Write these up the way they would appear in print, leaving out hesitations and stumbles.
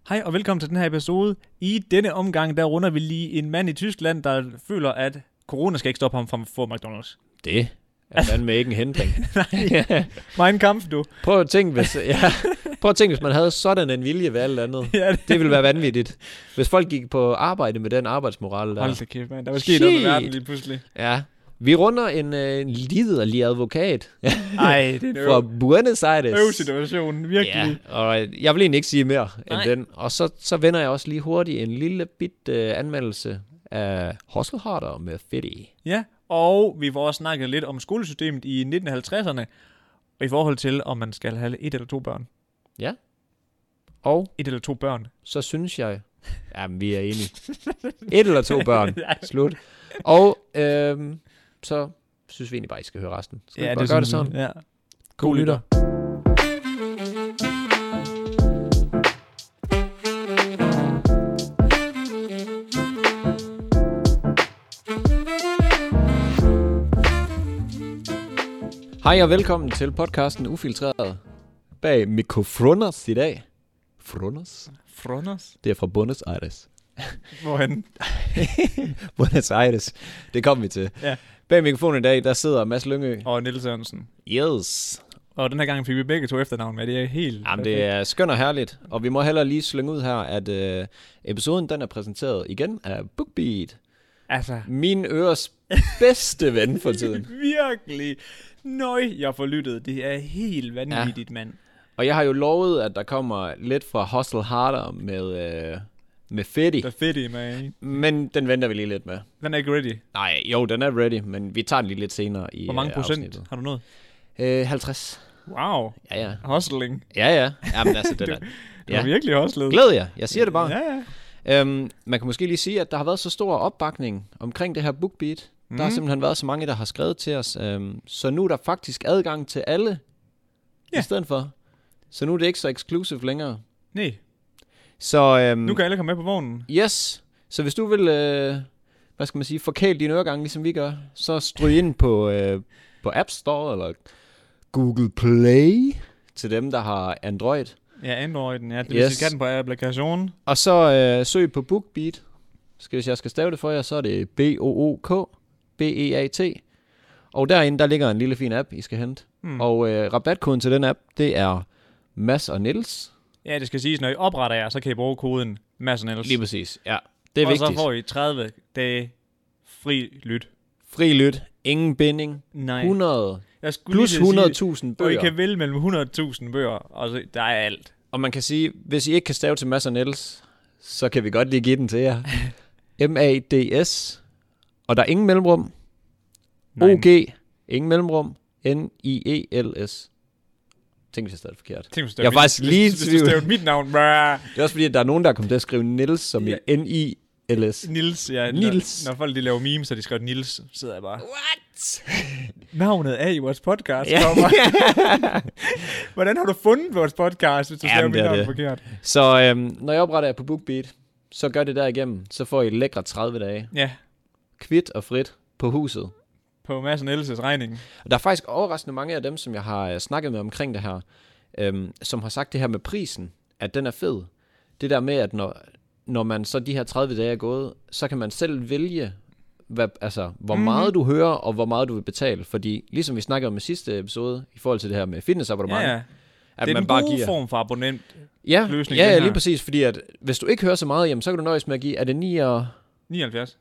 Hej og velkommen til den her episode. I denne omgang, der runder vi lige en mand i Tyskland, der føler, at corona skal ikke stoppe ham fra at få McDonald's. Det er fandme ikke en hindring. Nej, Mein Kampf, du. Prøv at tænke, hvis man havde sådan en vilje ved alt andet. Ja, det ville være vanvittigt. Hvis folk gik på arbejde med den arbejdsmoral der. Hold da kæft, mand. Der var sket noget med verden lige pludselig. Ja. Vi runder en liderlig advokat. Ej, det er fra Buenos Aires. Situation, virkelig. Ja, og jeg vil egentlig ikke sige mere end den. Og så vender jeg også lige hurtigt en lille bit anmeldelse af Hustle Harder med Fitty. Ja, og vi får også snakket lidt om skolesystemet i 1950'erne, og i forhold til, om man skal have 1 eller 2 børn. Ja. Og 1 eller 2 børn. så synes jeg... Jamen, vi er enige. 1 eller 2 børn. Slut. Og så synes vi egentlig bare, I skal høre resten. Skal vi bare gøre det sådan? Ja. God lytter. Hej og velkommen til podcasten Ufiltreret. Bag mikrofoner i dag. Fronos? Det er fra Buenos Aires. Hvorhen? Buenos Aires. Det kommer vi til. Ja. Bag mikrofonen i dag, der sidder Mads Lyngø. Og Niels Sørensen. Yes. Og den her gang fik vi begge 2 efternavn med. Det er helt... Jamen, det er skønt og herligt. Og vi må heller lige slynge ud her, at episoden den er præsenteret igen af BookBeat. Altså... Min øres bedste ven for tiden. Virkelig. Nøj, jeg får lyttet. Det er helt vanvittigt, mand. Og jeg har jo lovet, at der kommer lidt fra Hustle Harder med Fitty. Det er fedt, man. Men den venter vi lige lidt med. Den er ikke ready. Nej, jo, den er ready, men vi tager den lige lidt senere i Hvor mange procent afsnittet. har du nået? 50. Wow. Ja. Hustling. Ja. Jamen altså, det er... Du har virkelig hustlet. Glæder jeg. Jeg siger det bare. Ja. Man kan måske lige sige, at der har været så stor opbakning omkring det her BookBeat. Der har simpelthen været så mange, der har skrevet til os. Så nu er der faktisk adgang til alle i stedet for. Så nu er det ikke så exclusive længere. Nej. Så Nu kan alle komme med på vognen. yes. Så hvis du vil, hvad skal man sige, forkæle dine øregange, ligesom vi gør, så stryg ind på App Store eller Google Play til dem, der har Android. Ja, Androiden. Ja, det vil sige, den på applikationen. Og så søg på BookBeat. Hvis jeg skal stave det for jer, så er det BookBeat. Og derinde, der ligger en lille fin app, I skal hente. Og rabatkoden til den app, det er Mads og Niels. Ja, det skal siges, når I opretter jer, så kan I bruge koden Mads og Niels. Lige præcis, ja. Det er og vigtigt. Og så får I 30 dage fri lyt. Fri lyt, ingen binding. Nej. 100 plus 100.000 bøger. Og I kan vælge mellem 100.000 bøger, og så, der er alt. Og man kan sige, hvis I ikke kan stave til Mads og Niels, så kan vi godt lige give den til jer. M-A-D-S. Og der er ingen mellemrum. O-G. Ingen mellemrum. N-I-E-L-S. Tænk, hvis jeg stadig forkert. Jeg er faktisk lige i tvivl. Det er mit navn. Det er også fordi, at der er nogen, der er kommet til at skrive Niels som i N-I-L-S. Nils, ja. Nils. Når folk de laver memes, så de skriver Nils, sidder jeg bare. What? Navnet af i vores podcast kommer. Hvordan har du fundet vores podcast, hvis du skriver mit navn forkert? Så når jeg opretter jer på BookBeat, så gør det der igennem. Så får I lækre 30 dage. Ja. Kvit og frit på huset. På Mads og Niels' regning. Der er faktisk overraskende mange af dem, som jeg har snakket med omkring det her, som har sagt det her med prisen, at den er fed. Det der med, at når man så de her 30 dage er gået, så kan man selv vælge, hvor meget du hører, og hvor meget du vil betale. Fordi ligesom vi snakkede om i sidste episode, i forhold til det her med fitnessabonnement, ja. at det er man en bare god giver form for abonnent. Ja, løsning, lige præcis, fordi at hvis du ikke hører så meget, jamen, så kan du nøjes med at give, er det 79.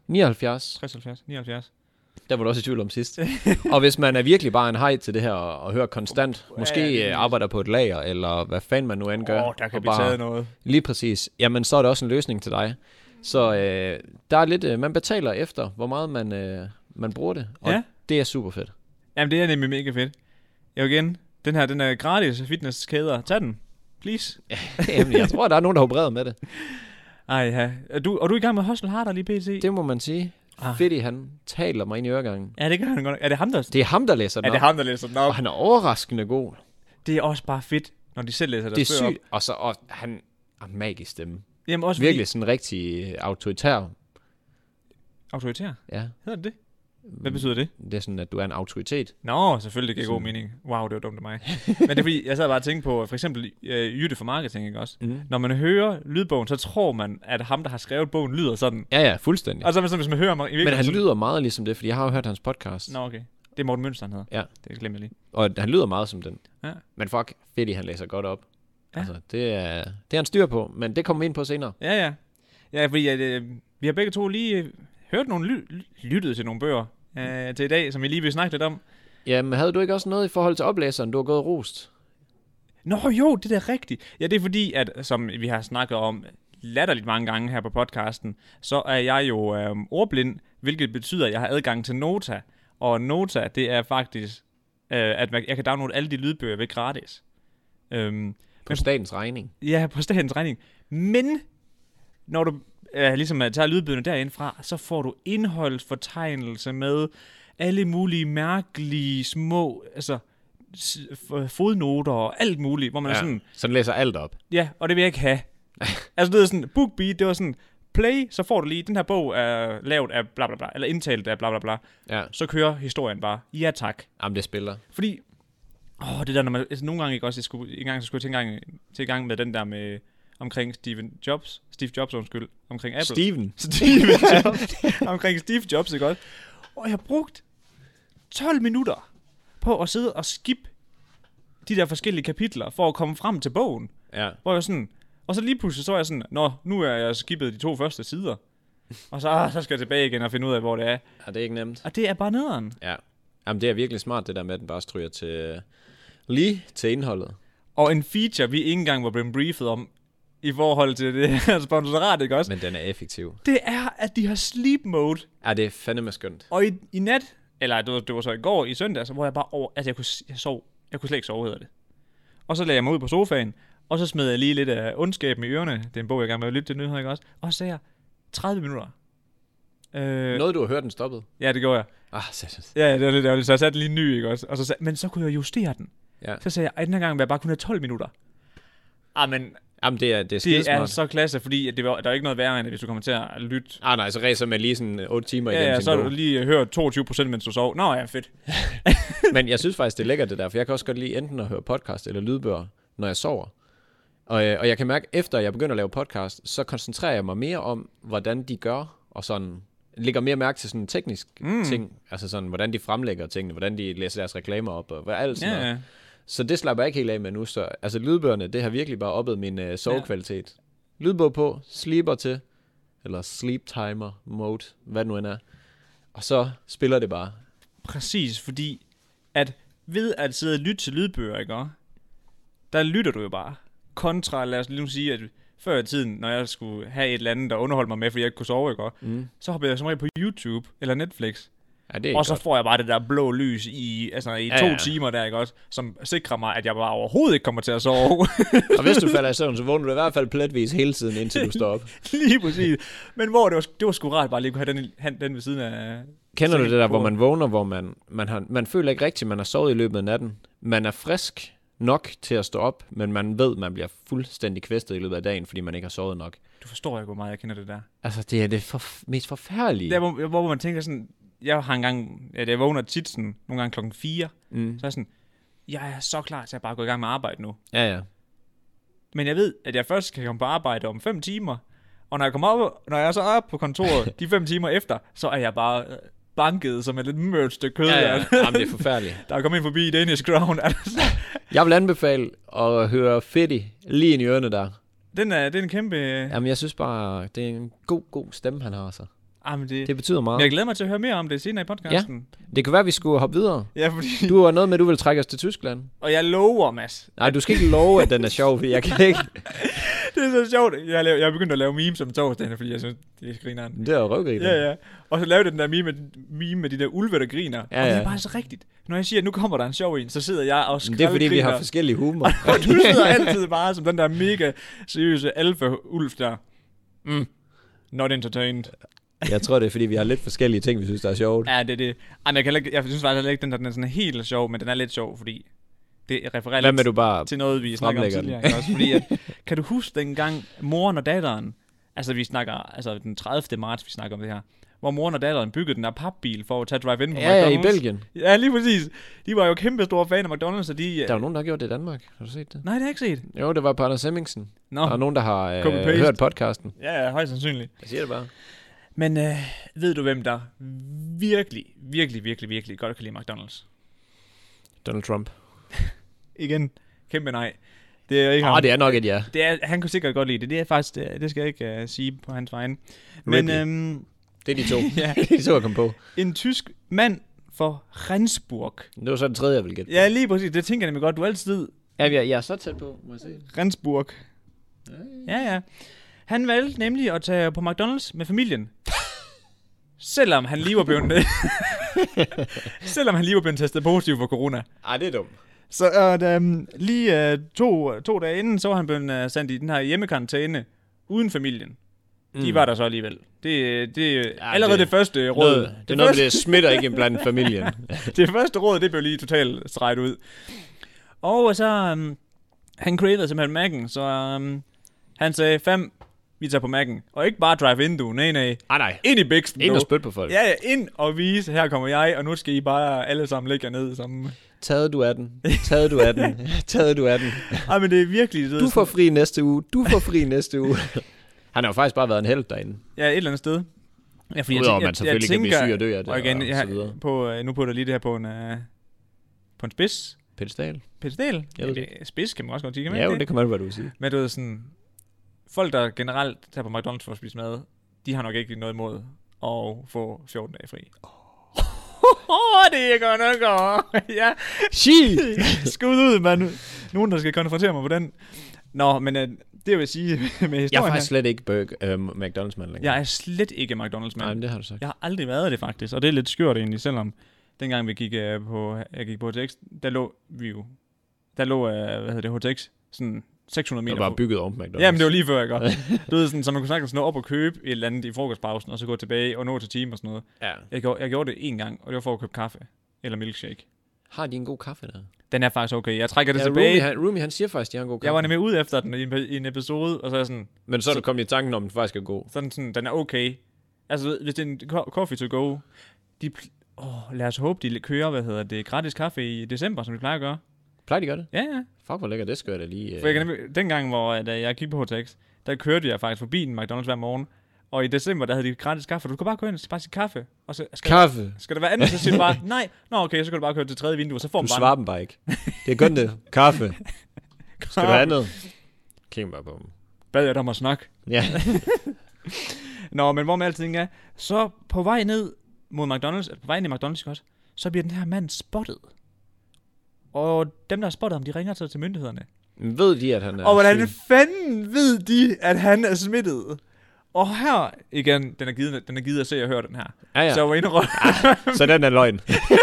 79? Der var du også i tvivl om sidst. Og hvis man er virkelig bare en hej til det her og hører konstant, måske arbejder på et lager, eller hvad fanden man nu end gør. Der kan blive taget noget. Lige præcis. Jamen, så er det også en løsning til dig. Så der er lidt, man betaler efter, hvor meget man bruger det. Og det er super fedt. Jamen, det er nemlig mega fedt. Igen, den er gratis fitnesskæder. Tag den, please. Jamen, jeg tror, der er nogen, der har opereret med det. Ej, ja. Er du i gang med Hustle Harder lige pt? Det må man sige. Fitty, han taler mig ind i øregangen. Ja, det gør han godt. Er det ham, der... Det er ham, der læser den op. Er det ham, der læser den op? Og han er overraskende god. Det er også bare fedt, når de selv læser deres bøger op. Det er sygt. Og han har magisk stemme. Jamen også virkelig sådan rigtig autoritær. Autoritær? Ja. Hedder det? Hvad betyder det? Det er sådan, at du er en autoritet. Nå, selvfølgelig, det giver god mening. Wow, det var dumt af mig. Men det er fordi, jeg sad bare og tænkte på, for eksempel Jytte for Marketing, ikke også? Når man hører lydbogen, så tror man, at ham, der har skrevet bogen, lyder sådan. Ja, fuldstændig. Og så hvis man hører mig... Men han lyder meget ligesom det, fordi jeg har jo hørt hans podcast. Nå, okay. Det er Morten Mønster, han hedder. Ja. Det glemmer jeg lige. Og han lyder meget som den. Ja. Men fuck, fedt, han læser godt op. Ja. Altså, det er han styr på, men det kommer vi ind på senere. Ja. Ja, fordi vi har begge to lige hørt nogle lyttet til nogle bøger til i dag, som vi lige vil snakke lidt om. Jamen, havde du ikke også noget i forhold til oplæseren, du har gået rost? Nå jo, det er rigtigt. Ja, det er fordi, at som vi har snakket om latterligt mange gange her på podcasten, så er jeg jo ordblind, hvilket betyder, at jeg har adgang til Nota. Og Nota, det er faktisk, at jeg kan downloade alle de lydbøger ved gratis. På statens regning? Ja, på statens regning. Men når du ligesom tager lydbøgerne derindfra, så får du indholdsfortegnelse med alle mulige mærkelige små, altså fodnoter og alt muligt, hvor man er sådan... Så den læser alt op. Ja, og det vil jeg ikke have. Altså det er sådan, BookBeat, det var sådan, play, så får du lige, den her bog er lavet af bla bla bla, eller indtalt af bla bla bla. Ja. Så kører historien bare. Ja tak. Jamen, det spiller. Fordi, det der, når man, altså nogle gange ikke også, skulle jeg til gang med den der med, omkring Steve Jobs, omkring Apple. Steve Jobs. Omkring Steve Jobs, ikke også? Og jeg har brugt 12 minutter på at sidde og skippe de der forskellige kapitler, for at komme frem til bogen. Ja. Hvor jeg sådan, og så lige pludselig så er jeg sådan, nu er jeg skippet de 2 første sider. Og så skal jeg tilbage igen og finde ud af, hvor det er. Ja, det er ikke nemt. Og det er bare nederen. Ja. Jamen, det er virkelig smart, det der med, at den bare stryger til lige til indholdet. Og en feature, vi ikke engang var blevet briefet om, i forhold til det her sponsorat, ikke også? Men den er effektiv. Det er, at de har sleep mode. Ja, det er fandeme skønt. Og i nat, eller det var så i går, i søndag, så hvor jeg bare jeg kunne slet ikke sove, hedder det. Og så lagde jeg mig ud på sofaen, og så smed jeg lige lidt af ondskaben i ørerne. Det er en bog, jeg gerne vil lytte til nyheder, ikke også? Og så sagde jeg, 30 minutter. Noget, du har hørt den stoppet? Ja, det gjorde jeg. Sæt. Ja, det var lidt ærgerligt, så jeg satte lige en ny, ikke også? Og men så kunne jeg justere den. Ja. Så sagde jeg, at den her gang vil jeg bare kun have 12 minutter. Jamen, det er skidesmart. Det er så klasse, fordi at der er ikke noget værre, end hvis du kommer til at lytte. Nej, så ræser man lige sådan 8 timer igennem sin så har bog. du lige hørt 22%, mens du sov. Nå ja, fedt. Men jeg synes faktisk, det er lækkert det der, for jeg kan også godt lide enten at høre podcast eller lydbøger, når jeg sover. Og jeg kan mærke, efter jeg begynder at lave podcast, så koncentrerer jeg mig mere om, hvordan de gør, og sådan lægger mere mærke til sådan en teknisk ting, altså sådan, hvordan de fremlægger tingene, hvordan de læser deres reklamer op, og hvad alt sådan noget. Ja. Så det slapper jeg ikke helt af med nu, så altså lydbøgerne, det har virkelig bare oppet min sovekvalitet. Lydbog på, sleeper til, eller sleep timer mode, hvad det nu end er, og så spiller det bare. Præcis, fordi at ved at sidde og lytte til lydbøger, ikke, der lytter du jo bare. Kontra, lad os lige nu sige, at før i tiden, når jeg skulle have et eller andet, der underholdt mig med, fordi jeg ikke kunne sove, ikke, så hoppede jeg som regel på YouTube eller Netflix. Ja, det er og så godt. får jeg bare det der blå lys i 2 timer der, ikke også, som sikrer mig, at jeg bare overhovedet ikke kommer til at sove. Og hvis du falder i søvn, så vågner du i hvert fald pletvis hele tiden, indtil du står op. Lige præcis. Men hvor det var sgu rart bare lige kunne have den ved siden af. Kender du det der, hvor man vågner, hvor man føler ikke rigtigt, man har sovet i løbet af natten. Man er frisk nok til at stå op, men man ved, man bliver fuldstændig kvæstet i løbet af dagen, fordi man ikke har sovet nok. Du forstår ikke, hvor meget jeg kender det der. Altså, det er det mest forfærdelige. Der, hvor man tænker sådan, jeg har engang, jeg vågner tit sådan, nogle gange 4:00, så er jeg sådan, jeg er så klar til at bare gå i gang med arbejde nu. Ja. Men jeg ved, at jeg først kan komme på arbejde om 5 timer, og når jeg så er oppe på kontoret de 5 timer efter, så er jeg bare banket som et lidt mørt stykke kød. Ja. Jamen, det er forfærdeligt. Der er kommet ind forbi Danish Crown. Altså. Jeg vil anbefale at høre Fetty lige ind i ørene der. Det er en kæmpe... Jamen, jeg synes bare, det er en god stemme, han har så. Det betyder meget. Men jeg glæder mig til at høre mere om det senere i podcasten. Ja, det kan være, vi skulle hoppe videre. Ja, fordi... Du har noget med, at du vil trække os til Tyskland. Og jeg lover, Mads. Nej, du skal ikke love, at den er sjov, fordi jeg kan ikke. Det er så sjovt. Jeg er begyndt at lave memes om torsdagen, fordi jeg synes, det er grineren. Det er jo røvgriner. Ja. Og så lavede jeg den der meme med de der ulve, der griner. Ja. Og det er bare så rigtigt. Når jeg siger, at nu kommer der en sjov en, så sidder jeg og skraldgriner. Det er fordi, vi har forskellige humor. Og du sidder altid bare som den der mega seriøse alfa-ulv der. Not entertained. Jeg tror, det er fordi, vi har lidt forskellige ting, vi synes, der er sjovt. Ja, det er det. Jeg synes faktisk ikke, den er sådan helt sjov, men den er lidt sjov, fordi det refererer Hvad med lidt du bare til noget, vi snakker om tidligere. Også, fordi kan du huske dengang, moren og datteren, altså vi snakker, altså den 30. marts, vi snakker om det her, hvor moren og datteren byggede den der papbil for at tage drive-in på McDonald's. Ja, i Belgien. Ja, lige præcis. De var jo kæmpe store fan af McDonald's, og de... Der er jo nogen, der har gjort det i Danmark. Har du set det? Nej, det har jeg ikke set. Jo, det var på Anders Hemmingsen. Nå. Der er nogen, der har Copy-paste. hørt podcasten. Ja, højst sandsynligt. Jeg siger det bare. Men ved du, hvem der virkelig godt kan lide McDonald's? Donald Trump. Igen, kæmpe nej. Det er ikke ham. Det er nok et ja. Han kunne sikkert godt lide det. Det er faktisk, det skal jeg ikke sige på hans vegne. Ripley. Men Det er de to. ja, De to, jeg kom på. en tysk mand for Rendsburg. Det var så den tredje, jeg ville gætte. Ja, lige præcis. Det tænker jeg nemlig godt. Du er altid Ja, jeg er så tæt på, må jeg se. Rendsburg. Ja. Han valgte nemlig at tage på McDonald's med familien. Selvom han lige var blevet testet positiv for corona. Ej, det er dumt. Så lige to dage inden, så var han blevet sendt i den her hjemmekarantæne uden familien. De var der så alligevel. Det allerede det første råd. Det er noget med det smitter ikke blandt familien. Det første råd, det blev lige totalt streget ud. Og så han cravede simpelthen Mac'en, så han sagde 5, vi tager på Mac'en. Og ikke bare drive-in, du. Nej. Nej. Ind i bæksten, Ind og spytte på folk. Ja, ind og vise, her kommer jeg, og nu skal I bare alle sammen ligge ned som... Taget du af den. Ej, men det er virkelig... Du får fri næste uge. Han har jo faktisk bare været en helt derinde. Ja, et eller andet sted. Ja, fordi Udover, man selvfølgelig kan blive syg og dø af det, og igen, så videre. Nu putter jeg lige det her på en spids. Pedestal. Pedestal? Jeg ved det. Spids kan man også godt sige, kan man Ja, jo, ikke det kan man, hvad du vil sige. Men du ved sådan... Folk, der generelt tager på McDonald's for at spise mad, de har nok ikke noget imod at få 14 dage fri. Det er godt nok. Ja. Shit! Skud ud, mand. Nogen, der skal konfrontere mig på den. Nå, men det vil sige med historien. Jeg er faktisk slet ikke McDonald's-mand længere. Jeg er slet ikke McDonald's-mand. Nej, men det har du sagt. Jeg har aldrig været det, faktisk. Og det er lidt skørt egentlig, selvom dengang vi gik jeg gik på HTX, der lå HTX sådan 600 meter. Det var bare bygget om McDonald's. Jamen, det var lige før, jeg godt. Du ved, sådan, så man kunne sagtens nå op og købe et eller andet i frokostpausen, og så gå tilbage og nå til time og sådan noget. Ja. Jeg gjorde det 1 gang, og det var for at købe kaffe eller milkshake. Har de en god kaffe der? Den er faktisk okay. Jeg trækker det tilbage. Roomie, han siger faktisk, de har en god kaffe. Jeg var nemlig ude efter den i en episode, og så er sådan... Men så er du kommet i tanken om, den faktisk er god. Sådan, den er okay. Altså, hvis det er en coffee to go, lad os håbe, de kører, gratis kaffe i december, som de plejer at gøre. Plejer de gøre det? Ja. Fuck, hvor lækker, det skal jeg da lige... For jeg kan nemlig, dengang, hvor jeg kiggede på HTX, der kørte jeg faktisk forbi en McDonald's hver morgen, og i december, der havde de gratis kaffe. Du kan bare gå ind og bare sige kaffe. Og så skal der være andet, så siger du bare, nej. Nå, okay, så kan du bare køre til 3. vindue, og så får man bare... Du svarer dem bare ikke. Det er kun det. Kaffe. Skal du have andet? Kig bare på dem. Bad jeg dig om at snakke? Ja. Nå, men hvor med alting er, så på vej ned mod McDonald's, på vej ind i McDonald's godt, så bliver den her mand spottet. Og dem, der har spottet ham, de ringer til myndighederne. Ved de, at han er... Og hvordan fanden ved de, at han er smittet? Og her, igen, den er givet at se og høre den her. Ja. Så jeg var indrømme. Så den er løgn.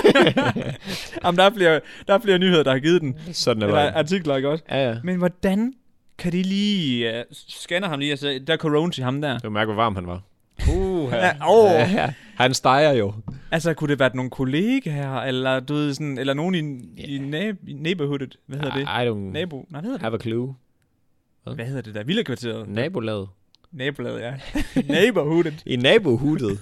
Jamen, der er flere nyheder, der har givet den. Sådan er løgn. Eller artikler, ikke også? Ja. Men hvordan kan de lige... scanner ham lige og sige, der er corona til ham der. Du mærker, hvor varm han var. Ja. Han steger jo. Altså, kunne det være nogle kollegaer, eller du ved sådan, eller nogen i neighborhoodet? Hvad hedder det? I don't Nabo. Nej, hvad hedder det? have a clue. Hvad hedder det der? Villakvarteret. Nabolaget. Nabolaget, ja. Neighborhoodet. I nabohoodet.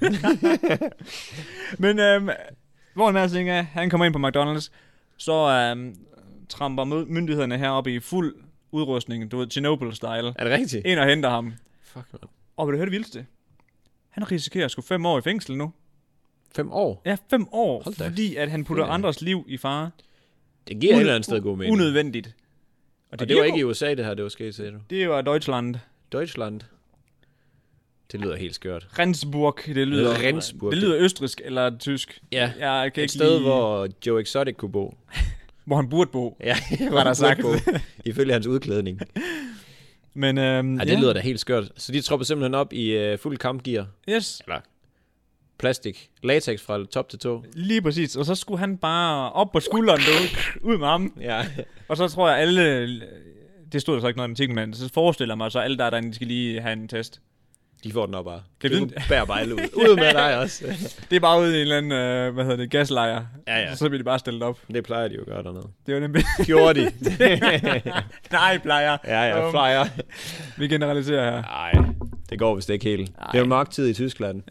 Men hvor en masse ting er, han kommer ind på McDonald's, så tramper myndighederne heroppe i fuld udrustning, du ved, Chernobyl-style. Er det rigtigt? Ind og henter ham. Fuck, man. Og vil du høre det vildeste? Han risikerer at skulle 5 år i fængsel nu. 5 år? Ja, 5 år, fordi at han putter andres liv i fare. Det giver et eller andet sted god mening. Unødvendigt. Og det var ikke i USA, det her, det var sket, sagde du? Det var Deutschland. Det lyder helt skørt. Rendsburg, det lyder østrigsk eller tysk. Ja, jeg kan et sted, hvor Joe Exotic kunne bo. Hvor han burde bo. Ja, var der sagt. Ifølge hans udklædning. Men, det lyder da helt skørt. Så de tropper simpelthen op i fuld kampgear. Yes. Eller plastik. Latex fra top til tå. Lige præcis. Og så skulle han bare op på skulderen, ud med ham. Ja. Og så tror jeg alle... Det stod der så ikke noget i artiklen, men så forestiller mig så alle derinde, de skal lige have en test. De får den op bare. Du bærer bare alle ud. Ud med dig også. Det er bare ude i en eller anden, gaslejr. Ja. Så bliver de bare stillet op. Det plejer de jo at gøre dernede. Det var nemlig... Gjorde de. Nej, plejer. Ja, plejer. Vi generaliserer her. Nej, det går vist ikke helt. Det er jo mørk tid i Tyskland. Ja.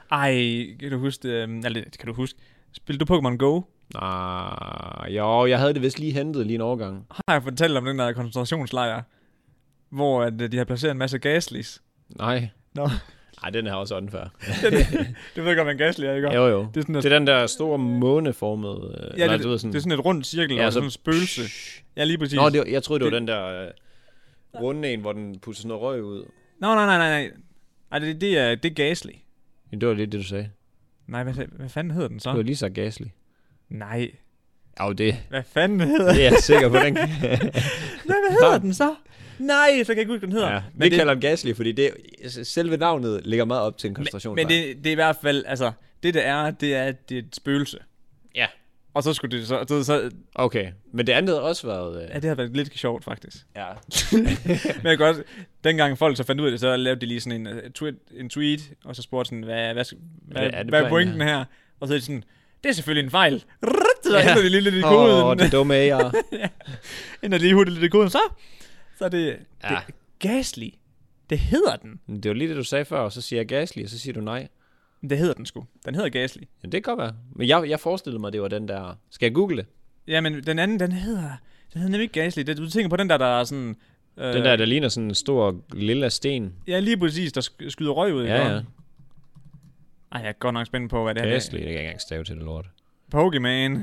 Ej, kan du huske, spillede du Pokémon Go? Jo, jeg havde det vist lige hentet lige en overgang. Har jeg fortalt om den der koncentrationslejr, hvor at, de har placeret en masse Gaslis? Nej. Nå. Ej, den er også unfair. Du ved godt, hvad en Gasly er, ikke? Jo. Det er, sådan, det er den der store måneformede... Ja, det er sådan et rundt cirkel og sådan en spøgelse. Ja, lige præcis. Nå, jeg troede, det var den der runde en, hvor den putter sådan noget røg ud. Nej. Ej, det er Gasly. Det var lidt det, du sagde. Nej, hvad fanden hedder den så? Du har lige sagt Gasly. Nej. Jo, det... Hvad fanden hedder den? Det er jeg sikker på, den. Hvad hedder den så? Nej, så kan jeg ikke huske, hvad den hedder. Ja, men vi kalder den Gasly, fordi selve navnet ligger meget op til en koncentrationslejr. Men det er i hvert fald, altså, det er et spøgelse. Ja. Og så skulle det så... Okay, men det andet har også været... Ja, det har været lidt sjovt, faktisk. Ja. Men jeg kan godt... Dengang folk så fandt ud af det, så lavede de lige sådan en tweet, og så spurgte sådan, hvad er pointen her? Og så er det sådan, det er selvfølgelig en fejl. Så ændrer de lige lidt i koden. Det dumme æger. Ja. Ændrer de lige hurtigt lidt i koden, så er det Gasly. Det hedder den. Det var lige det, du sagde før, og så siger jeg Gasly, og så siger du nej. Det hedder den sgu. Den hedder Gasly. Ja, det kan godt være. Men jeg forestillede mig, det var den der... Skal jeg google det? Ja, men den anden, den hedder nemlig ikke Gasly. Du tænker på den der er sådan... Den der ligner sådan en stor lille sten. Ja, lige præcis, der skyder røg ud. Ja. Ej, jeg er godt nok spændt på, hvad det er. Gasly, det kan jeg ikke engang stave til det lort. Pokémon.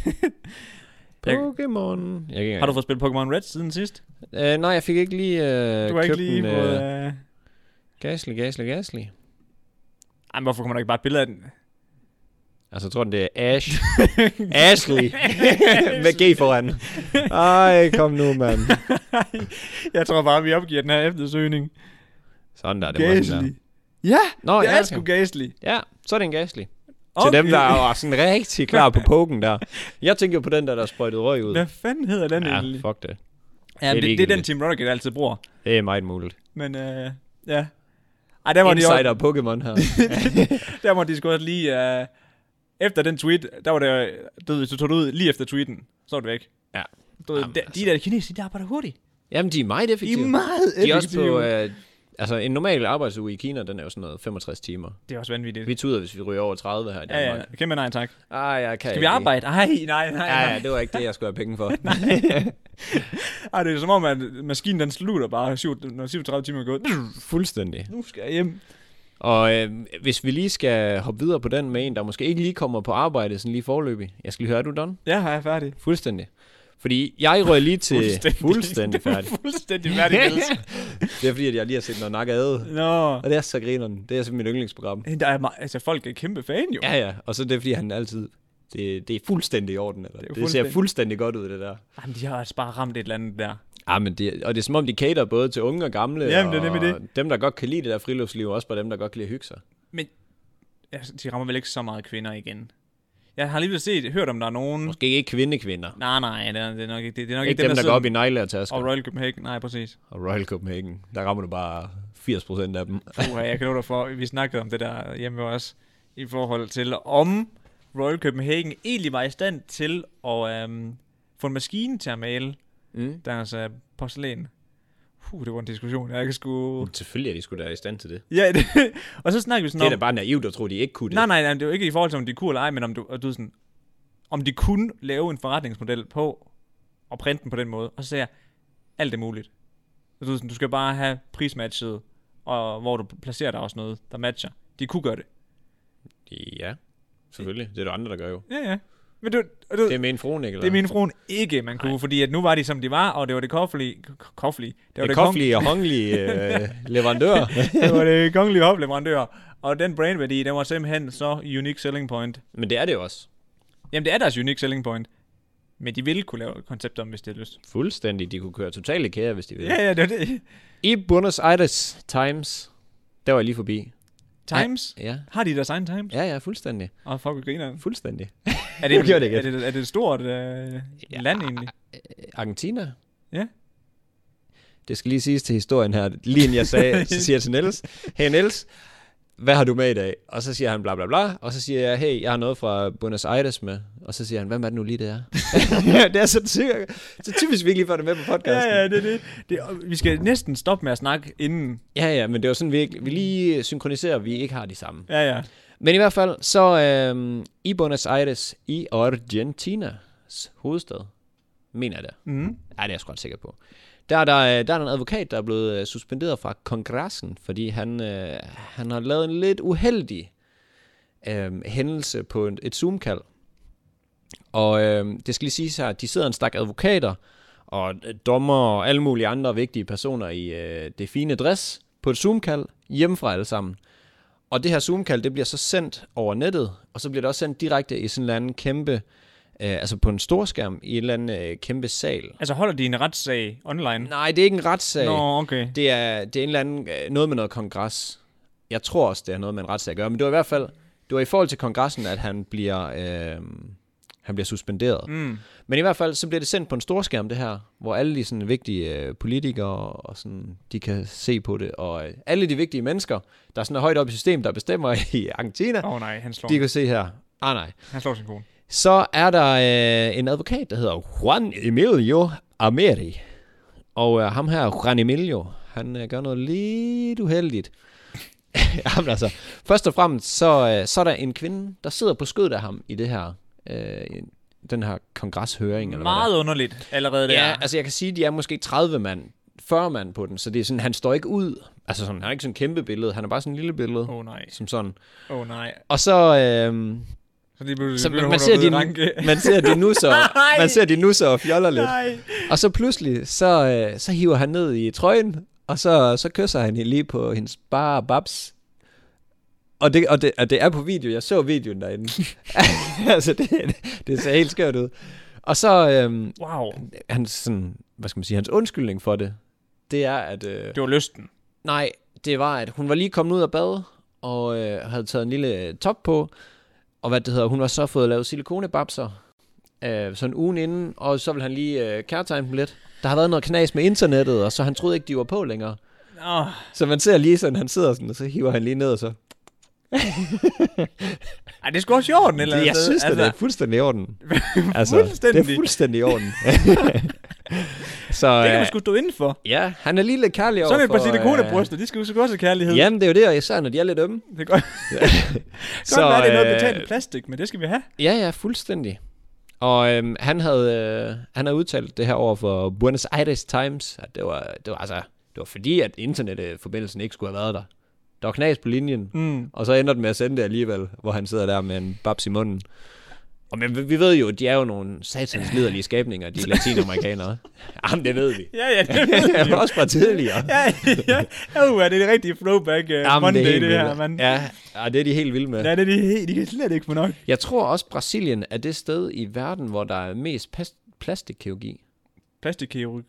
Pokémon. Har du fået spillet Pokémon Red siden sidst? Nej, jeg fik ikke lige du har ikke lige fået... Gasly. Ej, men hvorfor kommer der ikke bare et billede af den? Altså, jeg tror, det er Ashley. Med G foran. Ej, kom nu, mand. Jeg tror bare, vi opgiver den her eftersøgning. Sådan der, det Gasly. var sådan der. Ja, Nå, det er sgu Gasly. Ja, så er det en Gasly. Okay. Til dem, der er sådan rigtig klar på poken der. Jeg tænker på den der sprøjtede røg ud. Hvad fanden hedder den egentlig? Ja, fuck det. Ja, det er den Team Rocket altid bruger. Det er meget muligt. Men ja. Ej, der var Insider Pokémon her. Der må de sgu også lige... efter den tweet, der var det... Hvis du tog det ud lige efter tweeten, så var det væk. Ja. De der kineser, de arbejder hurtigt. Jamen, de er meget effektive. De er også på... altså, en normal arbejdsuge i Kina, den er jo sådan noget 65 timer. Det er også vanvittigt. Vi tuder, hvis vi ryger over 30 her i Danmark. Ja. Kæmpe nej, tak. Jeg kan Skal vi arbejde? Nej. Ja, det var ikke det, jeg skulle have penge for. Ej, det er som om, at maskinen den slutter bare, når 37 timer er gået. Fuldstændig. Nu skal jeg hjem. Og hvis vi lige skal hoppe videre på den med en, der måske ikke lige kommer på arbejde sådan lige forløbig. Jeg skal lige høre, er du done? Ja, jeg er færdig. Fuldstændig. Fordi jeg røg lige til fuldstændig færdig. Fuldstændig færdig, Niels. Det er fordi, at jeg lige har set noget nakket. Nå. Og det er så grineren. Det er simpelthen mit yndlingsprogram. Der er altså folk er kæmpe fan, jo. Ja. Og så det er fordi, han altid... Det er fuldstændig i orden. Eller? Det ser fuldstændig godt ud, det der. Jamen, de har altså bare ramt et eller andet der. Ja, men det er som om, de cater både til unge og gamle. Jamen, det er nemlig det. Dem, der godt kan lide det der friluftsliv, også bare dem, der godt kan lide at hygge sig. Men altså, de rammer vel ikke så meget kvinder igen. Jeg har lige hørt om der er nogen... Måske ikke kvinder. Nej, det er nok ikke. Det er nok ikke dem, der går op i negle og tasker. Og Royal Copenhagen, nej, præcis. Og Royal Copenhagen, der rammer du bare 80% af dem. Jeg kan love dig for, vi snakkede om det der hjemme også, i forhold til om Royal Copenhagen egentlig var i stand til at få en maskine til at male deres porcelæn. Det var en diskussion, jeg ikke skulle... Selvfølgelig er de sgu da i stand til det. Ja, og så snakker vi sådan om... Det er da bare naivt at tro, de ikke kunne det. Nej, det er jo ikke i forhold til, om de kunne eller ej, men om de kunne lave en forretningsmodel på, og printe den på den måde, og så siger jeg, alt er muligt. Så du skal bare have prismatchet, og hvor du placerer der også noget, der matcher. De kunne gøre det. Ja, selvfølgelig. Det er der andre, der gør jo. Ja. Men det er min fruen ikke, eller? Det er min fruen ikke, man kunne, fordi at nu var de, som de var, og det var det kofferlige. Det var det kofferlige og hongelige leverandør. Det var det kongelige hofleverandør. Og den brandværdi, den var simpelthen så unique selling point. Men det er det jo også. Jamen, det er deres unique selling point. Men de ville kunne lave et koncept om, hvis de havde lyst. Fuldstændig. De kunne køre totalt IKEA, hvis de ville. Ja, det var det. I Buenos Aires Times, der var jeg lige forbi. Times? Ja. Har de deres egen Times? Ja, fuldstændig. Og folk griner. Fuldstændig. Er det et stort land egentlig? Argentina? Ja. Det skal lige siges til historien her. Lige inden jeg sagde, så siger jeg til Niels, hey Niels, hvad har du med i dag? Og så siger han bla bla bla, og så siger jeg, hey, jeg har noget fra Buenos Aires med. Og så siger han, hvad er det nu lige, det er? Det er så typisk virkelig for det med på podcasten. Ja, det er det. Vi skal næsten stoppe med at snakke inden. Ja, men det var sådan, vi lige synkroniserer, at vi ikke har de samme. Ja. Men i hvert fald, så i Buenos Aires, i Argentinas hovedstad, mener jeg det. Ja, det er jeg sgu ret sikker på. Der er en advokat, der er blevet suspenderet fra kongressen, fordi han har lavet en lidt uheldig hændelse på et Zoom-kald. Og det skal lige siges her, at de sidder en stak advokater og dommer og alle mulige andre vigtige personer i det fine dress på et Zoom-kald hjemmefra alle sammen. Og det her Zoom-kald, det bliver så sendt over nettet, og så bliver det også sendt direkte i sådan en eller anden kæmpe, altså på en storskærm i en eller anden kæmpe sal. Altså holder de en retssag online? Nej, det er ikke en retssag. Nå, okay. Det er en eller anden, noget med noget kongres. Jeg tror også, det har noget med en retssag at gøre, men det var i hvert fald, det var i forhold til kongressen, at han bliver suspenderet. Men i hvert fald, så bliver det sendt på en storskærm, det her, hvor alle de sådan vigtige politikere, og sådan, de kan se på det, og alle de vigtige mennesker, der sådan er højt oppe i systemet, der bestemmer i Argentina, nej, han slår. De kan se her. Nej. Han slår sin kone. Så er der en advokat, der hedder Juan Emilio Ameri. Og ham her, Juan Emilio, han gør noget lidt uheldigt. Jamen altså, først og fremmest, så er der en kvinde, der sidder på skødet af ham i det her, den her kongreshøring. Eller meget underligt allerede der. Ja, altså jeg kan sige, at de er måske 30 mand, 40 mand på den, så det er sådan, han står ikke ud. Altså sådan, han har ikke sådan en kæmpe billede, han er bare sådan en lille billede. Nej. Som sådan. Nej. Og så man ser de nusser og fjoller lidt. Nej. Og så pludselig, så hiver han ned i trøjen, og så kysser han lige på hendes bare babs. Og det er på video. Jeg så videoen derinde. Altså, det ser helt skørt ud. Og så, hans, sådan, hvad skal man sige, hans undskyldning for det er, at... det var lysten. Nej, det var, at hun var lige kommet ud af bad, og havde taget en lille top på, og hun var så fået lavet silikonebabser, sådan ugen inden, og så ville han lige kærtegne dem lidt. Der har været noget knas med internettet, og så han troede ikke, de var på længere. Så man ser lige sådan, han sidder sådan, og så hiver han lige ned, og så... Ej, det er sgu også i orden, eller? Jeg synes, det er fuldstændig i orden. Altså, det er fuldstændig i orden. Så, det kan man sgu stå indenfor. Ja, han er lige lidt kærlig overfor... Sådan et par silikonebryster, de skal jo så også have kærlighed. Jamen, det er jo det, og især når de er lidt ømme. Det er godt. Så godt være, det er noget betalt plastik, men det skal vi have. Ja, fuldstændig. Og han havde udtalt det her over for Buenos Aires Times, at det var fordi, at internetforbindelsen ikke skulle have været der. Der var knas på linjen, og så ender den med at sende det alligevel, hvor han sidder der med en babs i munden. Og men vi ved jo, at de er jo nogle satans liderlige skabninger, de latinamerikanere. Jamen, det ved vi. Ja, det ved vi jo. Også fra tidligere. Ja. Er det rigtig throwback Monday, det her, mand. Ja, det er de helt vilde med. Ja, det er de kan slet ikke få nok. Jeg tror også, Brasilien er det sted i verden, hvor der er mest plastikkirurgi. Plastikkirurgi?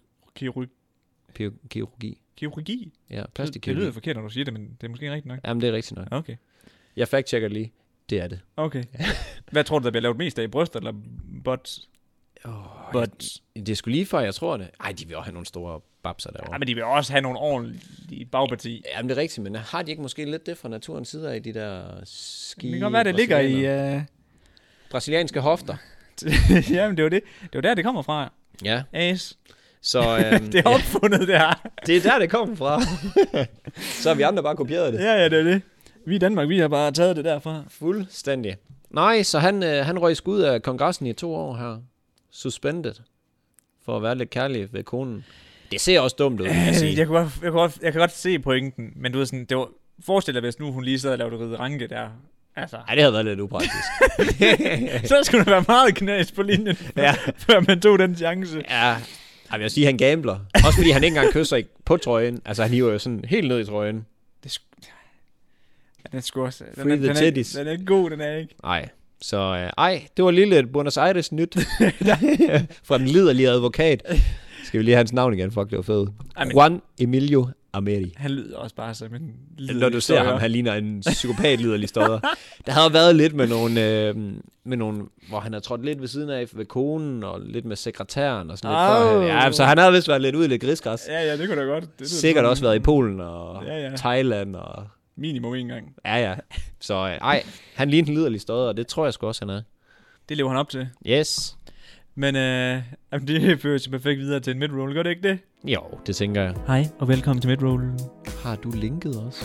Kirurgi? Ja, plastikkirurgi. Det lyder forkert, når du siger det, men det er måske rigtigt nok. Jamen, det er rigtigt nok. Okay. Jeg fact-checker lige. Det er det. Okay. Hvad tror du, der bliver lavet mest af? Bryster eller butts? Det skulle lige før, jeg tror det. Ej, de vil også have nogle store babser derovre. Ja, men de vil også have nogle ordentlige bagparti. Jamen, det er rigtigt, men har de ikke måske lidt det fra naturens side af de der ski? Det kan godt være, det ligger i... brasilianske hofter. Jamen, det var det. Det var der, det kommer fra. Ja. As. Så, det er opfundet, det her. Det er der, det kommer fra. Så har vi andre bare kopieret det. Ja, det er det. Vi i Danmark, vi har bare taget det derfra. Fuldstændig. Nej, så han røg skud af kongressen i 2 år her. Suspended. For at være lidt kærlig ved konen. Det ser også dumt ud, jeg sige. Jeg kan godt se pointen, men du ved sådan, det var... Forestil dig, hvis nu hun lige sad og lavede ride ranke der. Altså. Ej, det havde været lidt upraktisk. Så skulle der være meget knas på linjen, før man tog den chance. Ja, jeg vil sige, han gambler. Også fordi han ikke engang kysser på trøjen. Altså, han hiver jo sådan helt ned i trøjen. Den er sgu også... Den er ikke god, den er ikke. Nej. Så det var lille Buenos Aires nyt. Fra den liderlige advokat. Skal vi lige have hans navn igen? Fuck, det var fedt. Juan Emilio Ameri. Han lyder også bare som en liderlig. Når du ser ham, han ligner en psykopat liderlig stodder. Der havde været lidt med nogle, hvor han havde trådt lidt ved siden af ved konen, og lidt med sekretæren og sådan lidt. Ja, så han havde vist været lidt ude i lidt griskræs. Ja, det kunne da godt. Det sikkert også været i Polen og Thailand og... Minimum en gang. Ja. Så han ligner en liderlig stodder, og det tror jeg sgu også, han er. Det lever han op til. Yes. Men det fører sig perfekt videre til en midroll, gør det ikke det? Jo, det tænker jeg. Hej, og velkommen til midrollen. Har du linket også?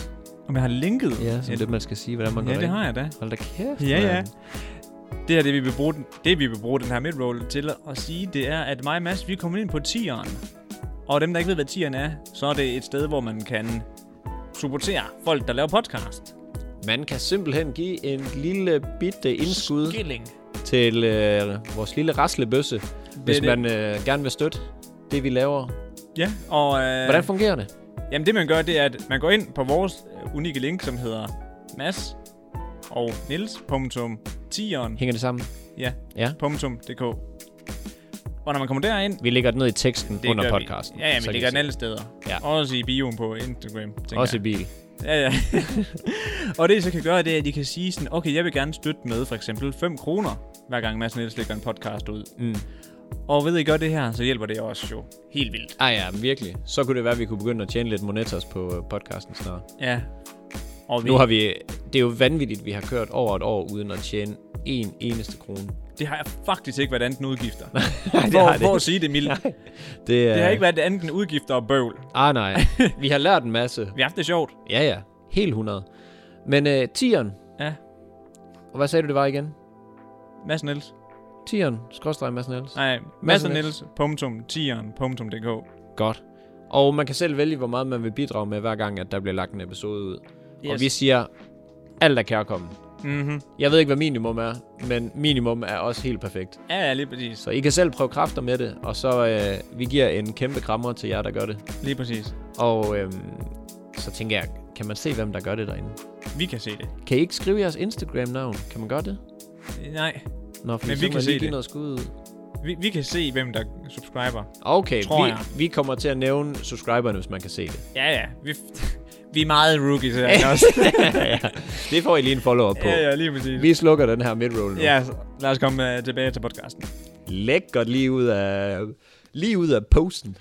Om jeg har linket? Ja, så det man skal sige, hvordan man går det har jeg da. Hold da kæft, Ja. Det her, det vi vil bruge den her midroll til at sige, det er, at mig og Mads, vi kommer ind på tieren. Og dem, der ikke ved, hvad tieren er, så er det et sted, hvor man kan supportere folk, der laver podcast. Man kan simpelthen give en lille bitte indskud Skilling til vores lille raslebøsse, hvis man gerne vil støtte det, vi laver. Ja, og... Hvordan fungerer det? Jamen, det man gør, det er, at man går ind på vores unikke link, som hedder Mads og Niels.tieren. Hænger det sammen? Ja. .dk. Og når man kommer derind... Vi lægger det ned i teksten under podcasten. Ja, vi lægger den alle steder. Ja. Også i bioen på Instagram. Også i bil. Ja. Og det, I så kan gøre, det er, at I kan sige sådan, okay, jeg vil gerne støtte med for eksempel 5 kroner, hver gang Mads Niels lægger en podcast ud. Og ved I gør det her, så hjælper det også jo helt vildt. Ja, virkelig. Så kunne det være, at vi kunne begynde at tjene lidt monetos på podcasten snart. Ja. Og nu har vi... Det er jo vanvittigt, vi har kørt over et år uden at tjene en eneste krone. Det har jeg faktisk ikke været andet end udgifter. Nej, for at sige det mildt. Det har ikke været andet end udgifter og bøvl. Nej. Vi har lært en masse. Vi har haft det sjovt. Ja. Helt 100. Men tieren. Ja. Og hvad sagde du, det var igen? Mads Niels. Tieren, skråstreg Mads Niels. Nej, madsniels.tieren.dk. Godt. Og man kan selv vælge, hvor meget man vil bidrage med, hver gang, at der bliver lagt en episode ud. Yes. Og vi siger, alt er kærkommen. Mm-hmm. Jeg ved ikke, hvad minimum er, men minimum er også helt perfekt. Ja, lige præcis. Så I kan selv prøve kræfter med det, og så vi giver en kæmpe krammer til jer, der gør det. Lige præcis. Og så tænker jeg, kan man se, hvem der gør det derinde? Vi kan se det. Kan I ikke skrive jeres Instagram-navn? Kan man gøre det? Nej. Nå, men vi kan se det. Noget skud ud. Vi kan se, hvem der subscriber. Okay, vi kommer til at nævne subscriberne, hvis man kan se det. Ja. Vi er meget rookies her også. Ja, det får I lige en follow-up på. Ja, lige præcis. Vi slukker den her midroll nu. Ja, lad os komme tilbage til podcasten. Lækkert lige ud af posten.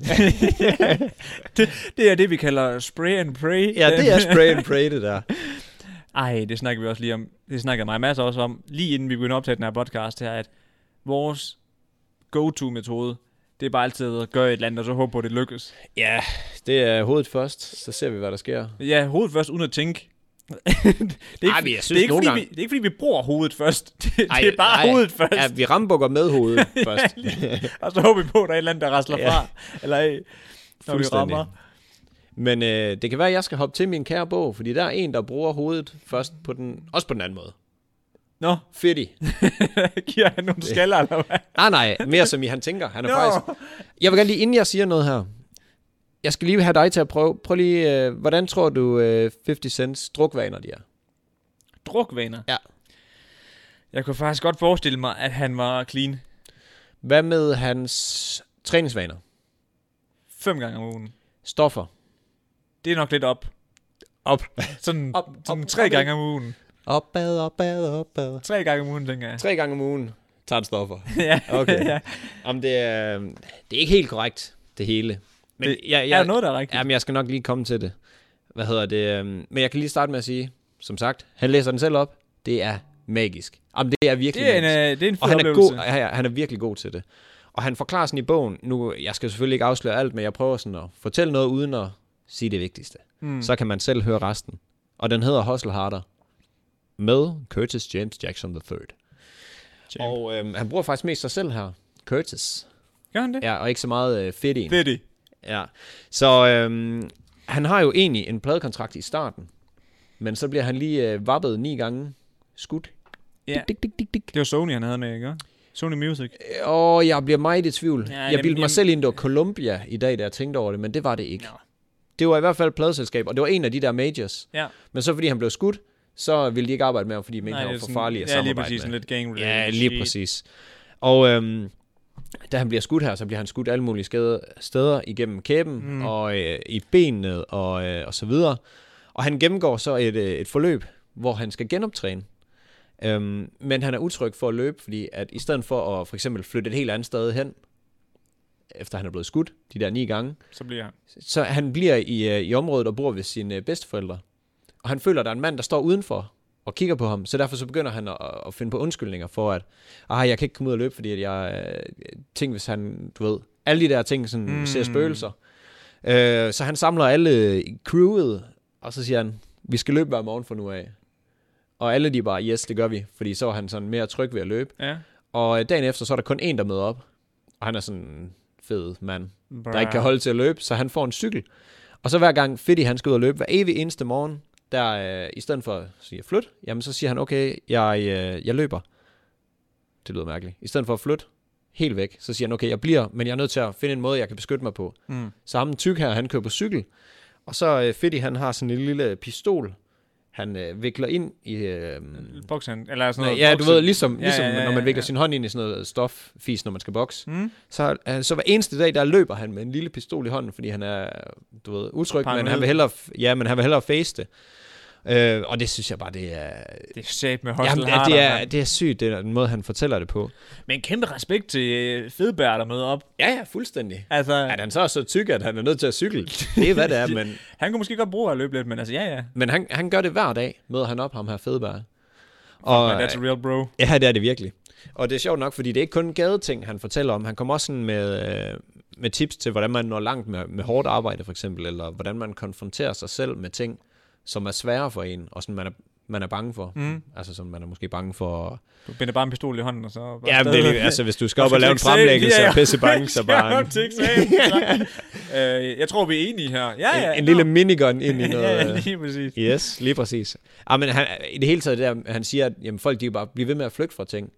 Det er det, vi kalder spray and pray. Ja, det er spray and pray, det der. Ej, det snakker vi også lige om. Det snakker mig masser også om, lige inden vi begynder at optage den her podcast her, at vores go-to-metode, det er bare altid at gøre et eller andet, og så håbe på, at det lykkes. Ja, det er hovedet først, så ser vi, hvad der sker. Ja, hovedet først, uden at tænke. det er ikke, fordi vi bruger hovedet først. Det er bare hovedet først. Ja, vi rambukker med hovedet først. Og så håber vi på, at der er et eller andet, der rasler fra. Eller når vi rammer. Men det kan være, at jeg skal hoppe til min kære bog, fordi der er en, der bruger hovedet først på den, også på den anden måde. Nå. Fedtig. Giver han nogle skaller, eller hvad? Nej, mere som i han tænker. Han er faktisk... Jeg vil gerne lige, inden jeg siger noget her, jeg skal lige have dig til at prøve lige, hvordan tror du 50 Cents drukvaner de er? Drukvaner? Ja. Jeg kunne faktisk godt forestille mig, at han var clean. Hvad med hans træningsvaner? 5 gange om ugen. Stoffer? Det er nok lidt op. Sådan 3 gange om ugen. Opad. 3 gange om ugen, tænker jeg. 3 gange om ugen tager stoffer. Ja. Okay. Ja. Jamen, det er ikke helt korrekt, det hele. Men det er noget, der er rigtigt. Jamen, jeg skal nok lige komme til det. Men jeg kan lige starte med at sige, som sagt, han læser den selv op. Det er magisk. Jamen, det er virkelig magisk. Det er en og han er god, han er virkelig god til det. Og han forklarer sådan i bogen, nu, jeg skal selvfølgelig ikke afsløre alt, men jeg prøver sådan at fortælle noget uden at sige det vigtigste. Så kan man selv høre resten. Og den hedder Hustle Harder. Med Curtis James Jackson III. Og han bruger faktisk mest sig selv her. Curtis. Gør han det? Ja, og ikke så meget fedt. Fedt. Ja. Så han har jo egentlig en pladekontrakt i starten. Men så bliver han lige vappet 9 gange. Skudt. Ja. Dik. Det var Sony, han havde med, ikke? Sony Music. Og jeg bliver meget i tvivl. Ja, jeg bildte mig selv ind, det var Columbia i dag, da jeg tænkte over det, men det var det ikke. No. Det var i hvert fald et pladeselskab, og det var en af de der majors. Ja. Men så fordi han blev skudt, så ville de ikke arbejde med ham, fordi de mente, han var for farlig at samarbejde med. Ja, lige præcis. Sådan lidt gang-related. Ja, lige præcis. Og da han bliver skudt her, så bliver han skudt alle mulige steder igennem kæben, og i benene, og så videre. Og han gennemgår så et forløb, hvor han skal genoptræne. Men han er utryg for at løbe, fordi at i stedet for at for eksempel flytte et helt andet sted hen, efter han er blevet skudt de der 9 gange, så han bliver i området og bor ved sine bedsteforældre. Og han føler, at der er en mand, der står udenfor og kigger på ham, så derfor så begynder han at finde på undskyldninger for, at jeg kan ikke komme ud og løbe, fordi at jeg tænker, hvis han, du ved, alle de der ting, sådan ser spøgelser. Så han samler alle i crewet, og så siger han, vi skal løbe hver morgen fra nu af. Og alle de bare, yes, det gør vi. Fordi så var han sådan mere tryg ved at løbe. Ja. Og dagen efter, så er der kun en, der møder op. Og han er sådan en fed mand, der ikke kan holde til at løbe, så han får en cykel. Og så hver gang Fiddy, han skal ud og løbe, hver evig eneste morgen, der i stedet for at sige flyt, jamen så siger han, okay, jeg løber. Det lyder mærkeligt. I stedet for at flytte helt væk, så siger han, okay, jeg bliver, men jeg er nødt til at finde en måde, jeg kan beskytte mig på. Så ham tyk her, han kører på cykel, og så Fiddy, han har sådan en lille pistol, han vikler ind i... Boksen, eller sådan noget. Ja, du ved, ligesom når man vikler sin hånd ind i sådan noget stoffis, når man skal bokse. Så hver eneste dag, der løber han med en lille pistol i hånden, fordi han er, du ved, utryg, men han vil hellere face det. Og det synes jeg bare, det er... Det er sæt med hustle det er sygt, det er den måde, han fortæller det på. Men kæmpe respekt til Fedberg, der møder op. Ja, fuldstændig. Altså, at han så er så tyk, at han er nødt til at cykle. Det er, hvad det er, men... Han kunne måske godt bruge at løbe lidt, men altså, ja. Men han gør det hver dag, møder han op, ham her Fedberg. Og that's a real bro. Ja, det er det virkelig. Og det er sjovt nok, fordi det er ikke kun gadeting, han fortæller om. Han kommer også sådan med tips til, hvordan man når langt med hårdt arbejde, for eksempel, eller hvordan man konfronterer sig selv med ting, som er svære for en, og sådan man er bange for. Altså som man er måske bange for... Du binder bare en pistol i hånden, og så... Ja, men det er, altså hvis du skal op og lave en fremlæggelse og pisse bange, så bare... Jeg tror, vi er enige her. Ja, en lille minigun ind i noget... Ja, lige præcis. Yes, lige præcis. Men i det hele taget, han siger, at jamen, folk de bare bliver ved med at flygte fra ting.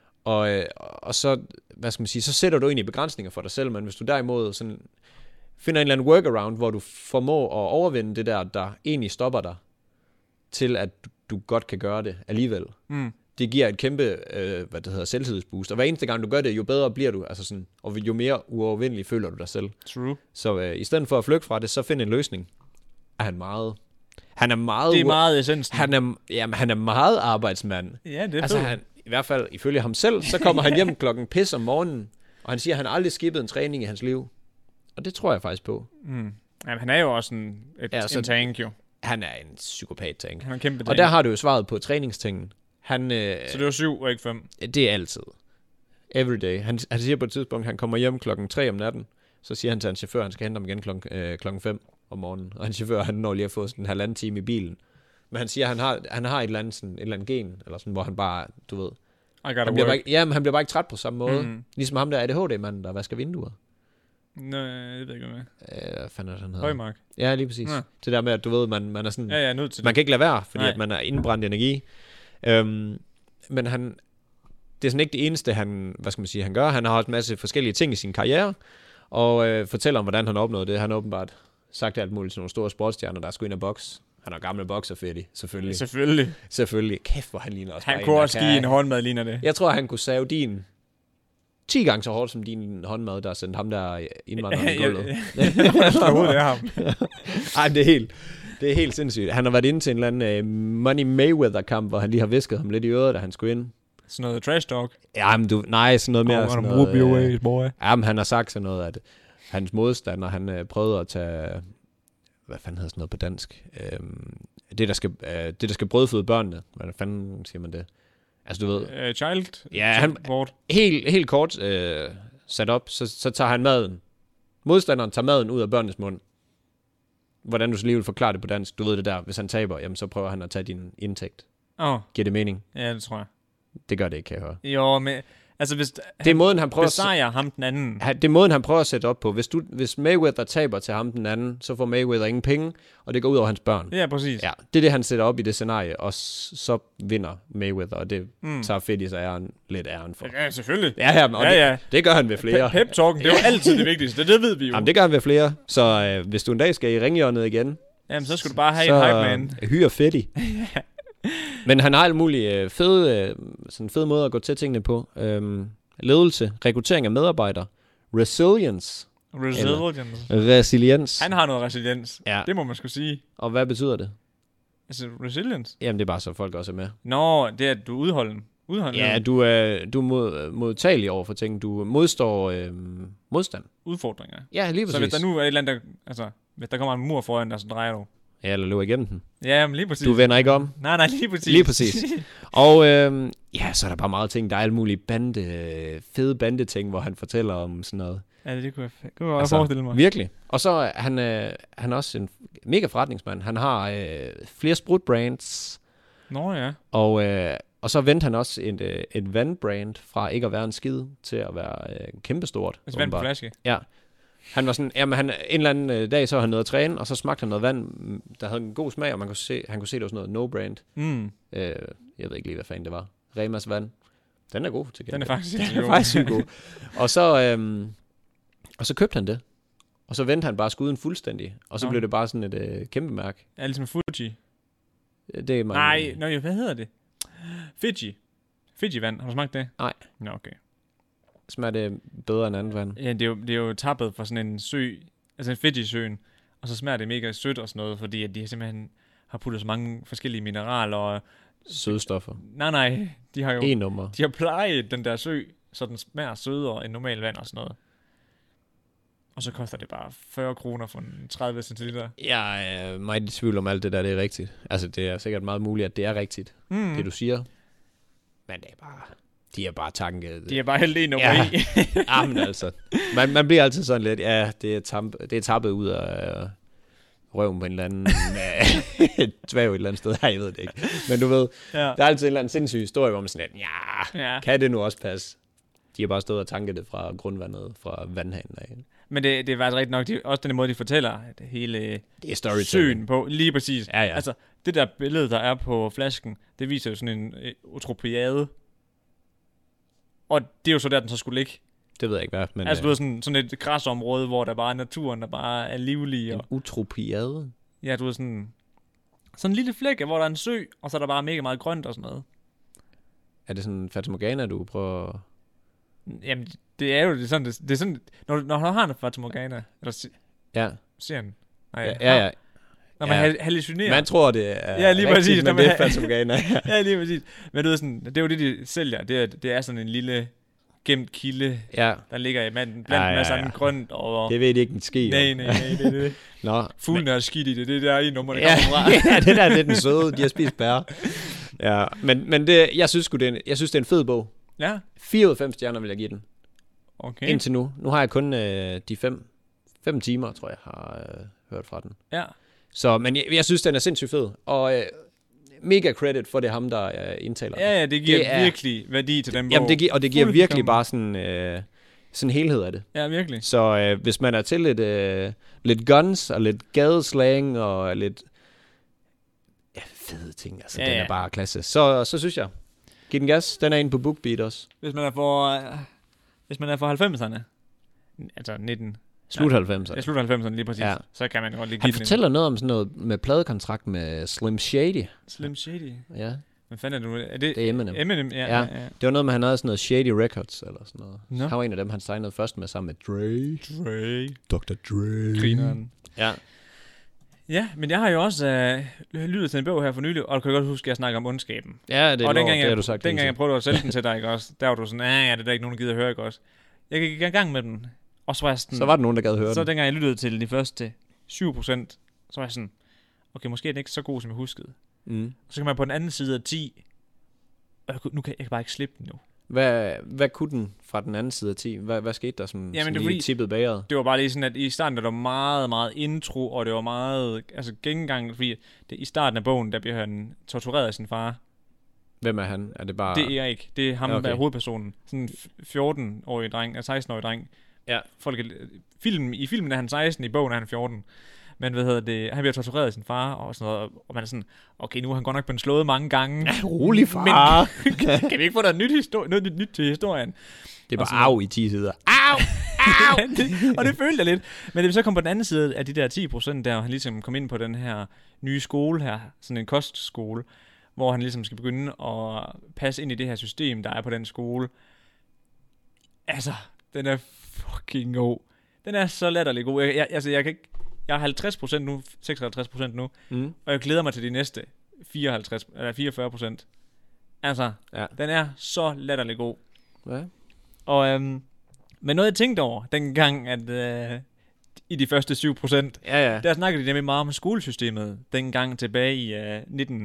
Og så, hvad skal man sige, så sætter du egentlig begrænsninger for dig selv, men hvis du derimod sådan... finder en eller anden workaround, hvor du formår at overvinde det der egentlig stopper dig, til at du godt kan gøre det alligevel. Det giver et kæmpe, selvtillidsboost. Og hver eneste gang du gør det, jo bedre bliver du, altså sådan, og jo mere uovervindelig føler du dig selv. True. Så i stedet for at flygte fra det, så find en løsning. Han er meget... Det er meget essensen. Han er meget arbejdsmand. Ja, det er altså, i hvert fald ifølge ham selv, så kommer han hjem klokken pis om morgenen, og han siger, at han aldrig skippet en træning i hans liv. Og det tror jeg faktisk på. Jamen, han er jo også en tank, jo. Han er en psykopat-tank. Han er en kæmpe tank. Og der har du jo svaret på træningstingen. Så det var 7 og ikke 5? Det er altid. Every day. Han siger på et tidspunkt, han kommer hjem klokken 3 om natten. Så siger han til hans chauffør, han skal hente ham igen klokken 5 om morgenen. Og hans chauffør, han når lige at få sådan en halvanden time i bilen. Men han siger, han har et eller andet gen, eller sådan, hvor han bare, du ved... Han bliver bare ikke træt på samme måde. Ligesom ham der ADHD-manden, der vasker vinduer. Nej, jeg ved ikke, hvad hvad fanden er det, han hedder? Højmark. Ja, lige præcis. Ja. Det der med, at du ved, man er sådan... Ja, nødt til man kan ikke lade være, fordi at man er indbrændt energi. Men det er sådan ikke det eneste, han gør. Han har også en masse forskellige ting i sin karriere, og fortæller om, hvordan han har opnået det. Han har åbenbart sagt alt muligt til nogle store sportsstjerner, der skulle ind og bokse. Han er gamle bokser, Fiddy, selvfølgelig. Kæft, hvor han ligner også. Han kunne også give en håndmad, ligner det. Jeg tror, han kunne save din 10 gange så hårdt som din håndmad, der sendte ham der indvandreren i gulvet. Det er ham. Ej, det er helt sindssygt. Han har været inde til en eller anden Money Mayweather-kamp, hvor han lige har visket ham lidt i øret, da han skulle ind. Sådan noget trash talk? Ja, men sådan noget mere. Sådan noget, ja, men han har sagt sådan noget, at hans modstander, han prøvede at tage... Hvad fanden hedder sådan noget på dansk? Det, der skal brødføde børnene. Hvad fanden siger man det? Altså, du ved... child? Ja, han helt kort sat op, så tager han maden. Modstanderen tager maden ud af børnenes mund. Hvordan du så lige vil forklare det på dansk. Du ved det der, hvis han taber, jamen så prøver han at tage din indtægt. Giver det mening? Ja, det tror jeg. Det gør det ikke, kan jeg høre. Jo, men... Altså, hvis det er måden, han prøver besejrer ham den anden. Det er måden, han prøver at sætte op på. Hvis Mayweather taber til ham den anden, så får Mayweather ingen penge, og det går ud over hans børn. Ja, præcis. Ja, det er det, han sætter op i det scenarie, og så vinder Mayweather, og det tager Fiddy sig æren for. Ja, selvfølgelig. Ja. Det gør han ved flere. Pep-talken, det er jo altid det vigtigste, det ved vi jo. Jamen, det gør han ved flere. Så hvis du en dag skal i ringhjørnet igen, jamen, så skal du bare have en hype man. Hyre Fiddy. Men han har alt muligt fed måde at gå til tingene på. Ledelse, rekruttering af medarbejdere, resilience. Han har noget resiliens. Ja. Det må man sgu sige. Og hvad betyder det? Altså resilience? Jamen det er bare så folk også er med. Nå, det er at du er udholden. Ja, du er modtagelig over for ting. Du modstår modstand. Udfordringer. Ja, lige præcis. Så hvis der nu er et eller andet, hvis der kommer en mur foran dig, så drejer du. Ja, eller løber igennem den. Ja, men lige præcis. Du vender ikke om. Nej, lige præcis. Lige præcis. Og så er der bare meget ting. Der er alle mulige fede bandeting, hvor han fortæller om sådan noget. Ja, det kunne jeg forestille mig. Virkelig. Og så er han er også en mega forretningsmand. Han har flere sprutbrands. Nå ja. Og så vendte han også et vandbrand fra ikke at være en skid til at være kæmpestort. Altså vand på flaske? Ja. Han var sådan, en eller anden dag, så var han nede at træne, og så smagte han noget vand, der havde en god smag, og han kunne se, det var sådan noget no-brand. Jeg ved ikke lige, hvad fanden det var. Remas vand. Den er god til gengæld. Den er faktisk sygt god. Og så købte han det. Og så vendte han bare skuden fuldstændig. Og så blev det bare sådan et kæmpe mærke. Ja, ligesom Fuji. Det er Nej, hvad hedder det? Fiji-vand. Har du smagt det? Nej. Nå, okay. Smager det bedre end andet vand? Ja, det er jo tappet fra sådan en sø, altså en Fiji-søen, og så smager det mega sødt og sådan noget, fordi at de simpelthen har puttet så mange forskellige mineraler og... Sødstoffer. Nej, de har jo... E-nummer. De har plejet den der sø, så den smager sødere end normal vand og sådan noget. Og så koster det bare 40 kroner for en 30 centiliter. Jeg er meget i tvivl om alt det der, det er rigtigt. Altså, det er sikkert meget muligt, at det er rigtigt, det du siger. Men det er bare... De er bare tanket. De er bare helt nummer i. Jamen altså. Man bliver altid sådan lidt, ja, det er tappet ud af røven på en eller anden dværg et eller andet sted. Nej, jeg ved det ikke. Men du ved, der er altid en eller anden sindssyg historie, hvor man sådan lidt, kan det nu også passe? De har bare stået og tanket det fra grundvandet, fra vandhanen af. Men det er faktisk rigtigt nok, også den måde, de fortæller det hele søen på. Lige præcis. Ja. Altså, det der billede, der er på flasken, det viser jo sådan en utropiade. Og det er jo så der, den så skulle ligge. Det ved jeg ikke, hvad. Men altså, du ved, sådan et græsområde, hvor der bare er naturen, der bare er livlig. En utropiade? Ja, du ved, sådan en lille flæk, hvor der er en sø, og så er der bare mega meget grønt og sådan noget. Er det sådan Fata Morgana, du prøver... Jamen, det er jo det er sådan, når du har en Fata Morgana, eller ser den. Nej, ja. Når man hallucinerer. Man tror, det er ja, lige rigtigt, præcis, men det er Fata Morgana. Ja, lige præcis. Men du ved sådan, det er jo det, de sælger. Det er sådan en lille gemt kilde, der ligger i manden blandt med sådan grønt og... Det ved de ikke en ske. Nej, det. Nå. Fuglen er skidt i det. Det der i nummer, det kommer fra. Ja, det der, det er den søde. De har spist bær. Ja, men det, jeg synes det er en fed bog. Ja. 4 ud af 5 stjerner vil jeg give den. Okay. Indtil nu. Nu har jeg kun de 5 timer, tror jeg, har hørt fra den. Ja. Så, men jeg synes, den er sindssygt fed. Og mega credit for det ham, der indtaler. Ja, det giver virkelig værdi til den bog. Jamen, det giver virkelig bare sådan en helhed af det. Ja, virkelig. Så hvis man er til lidt guns og lidt gadeslang og lidt fede ting, altså den er bare klasse. Så synes jeg, giv den gas. Den er inde på BookBeat også. Hvis man er for 90'erne, altså 19... Slut 90'erne. Ja, slut 90'erne lige præcis. Ja. Så kan man godt lige give den. Han fortæller noget om sådan noget med pladekontrakt med Slim Shady. Slim Shady? Ja. Hvad fanden er du? Det er Eminem. Eminem, ja. Det var noget med, han havde sådan noget Shady Records, eller sådan noget. No. Han var en af dem, han signede først med sammen med Dre. Dr. Dre. Grineren. Ja. Ja, men jeg har jo også lyttet til en bog her for nylig, og du kan godt huske, at jeg snakker om ondskaben. Ja, det har du sagt. Dengang jeg prøvede at sælge den til dig, ikke også? Der var du sådan, det er der ikke nogen, der gider at høre, ikke også? Jeg gik i gang med den. Og så var jeg sådan... Så var der nogen, der gad høre så den. Dengang jeg lyttede til de første 7%, så var jeg sådan... Okay, måske er den ikke så god, som jeg huskede. Så kan man på den anden side af 10... Og jeg kan bare ikke slippe den nu. Hvad kunne den fra den anden side af 10? Hvad skete der, som lige tippede bageret? Det var bare lige sådan, at i starten der var meget, meget intro, og det var meget... Altså gennemgang, fordi i starten af bogen, der bliver han tortureret af sin far. Hvem er han? Er det bare... Det er Erik. Det er ham, der er hovedpersonen. Sådan en 14-årig dreng, 16-årig dreng. Ja. I filmen er han 16, i bogen er han 14. Men han bliver tortureret af sin far og sådan noget, og man er sådan, okay, nu har han godt nok blevet slået mange gange. Ja, rolig far. Men kan vi ikke få noget nyt til historien? Det er bare af i 10 sider. Au! Og det følte jeg lidt. Men det så kom på den anden side af de der 10%, der han ligesom kom ind på den her nye skole her, sådan en kostskole, hvor han ligesom skal begynde at passe ind i det her system, der er på den skole. Altså, den er fucking god. Den er så latterlig god. Jeg er 50% nu, 56% nu, og jeg glæder mig til de næste 44%. Altså, den er så latterlig god. Ja. Og, men noget jeg tænkte over, dengang, at i de første 7%, der snakkede de nemlig meget om skolesystemet, dengang tilbage i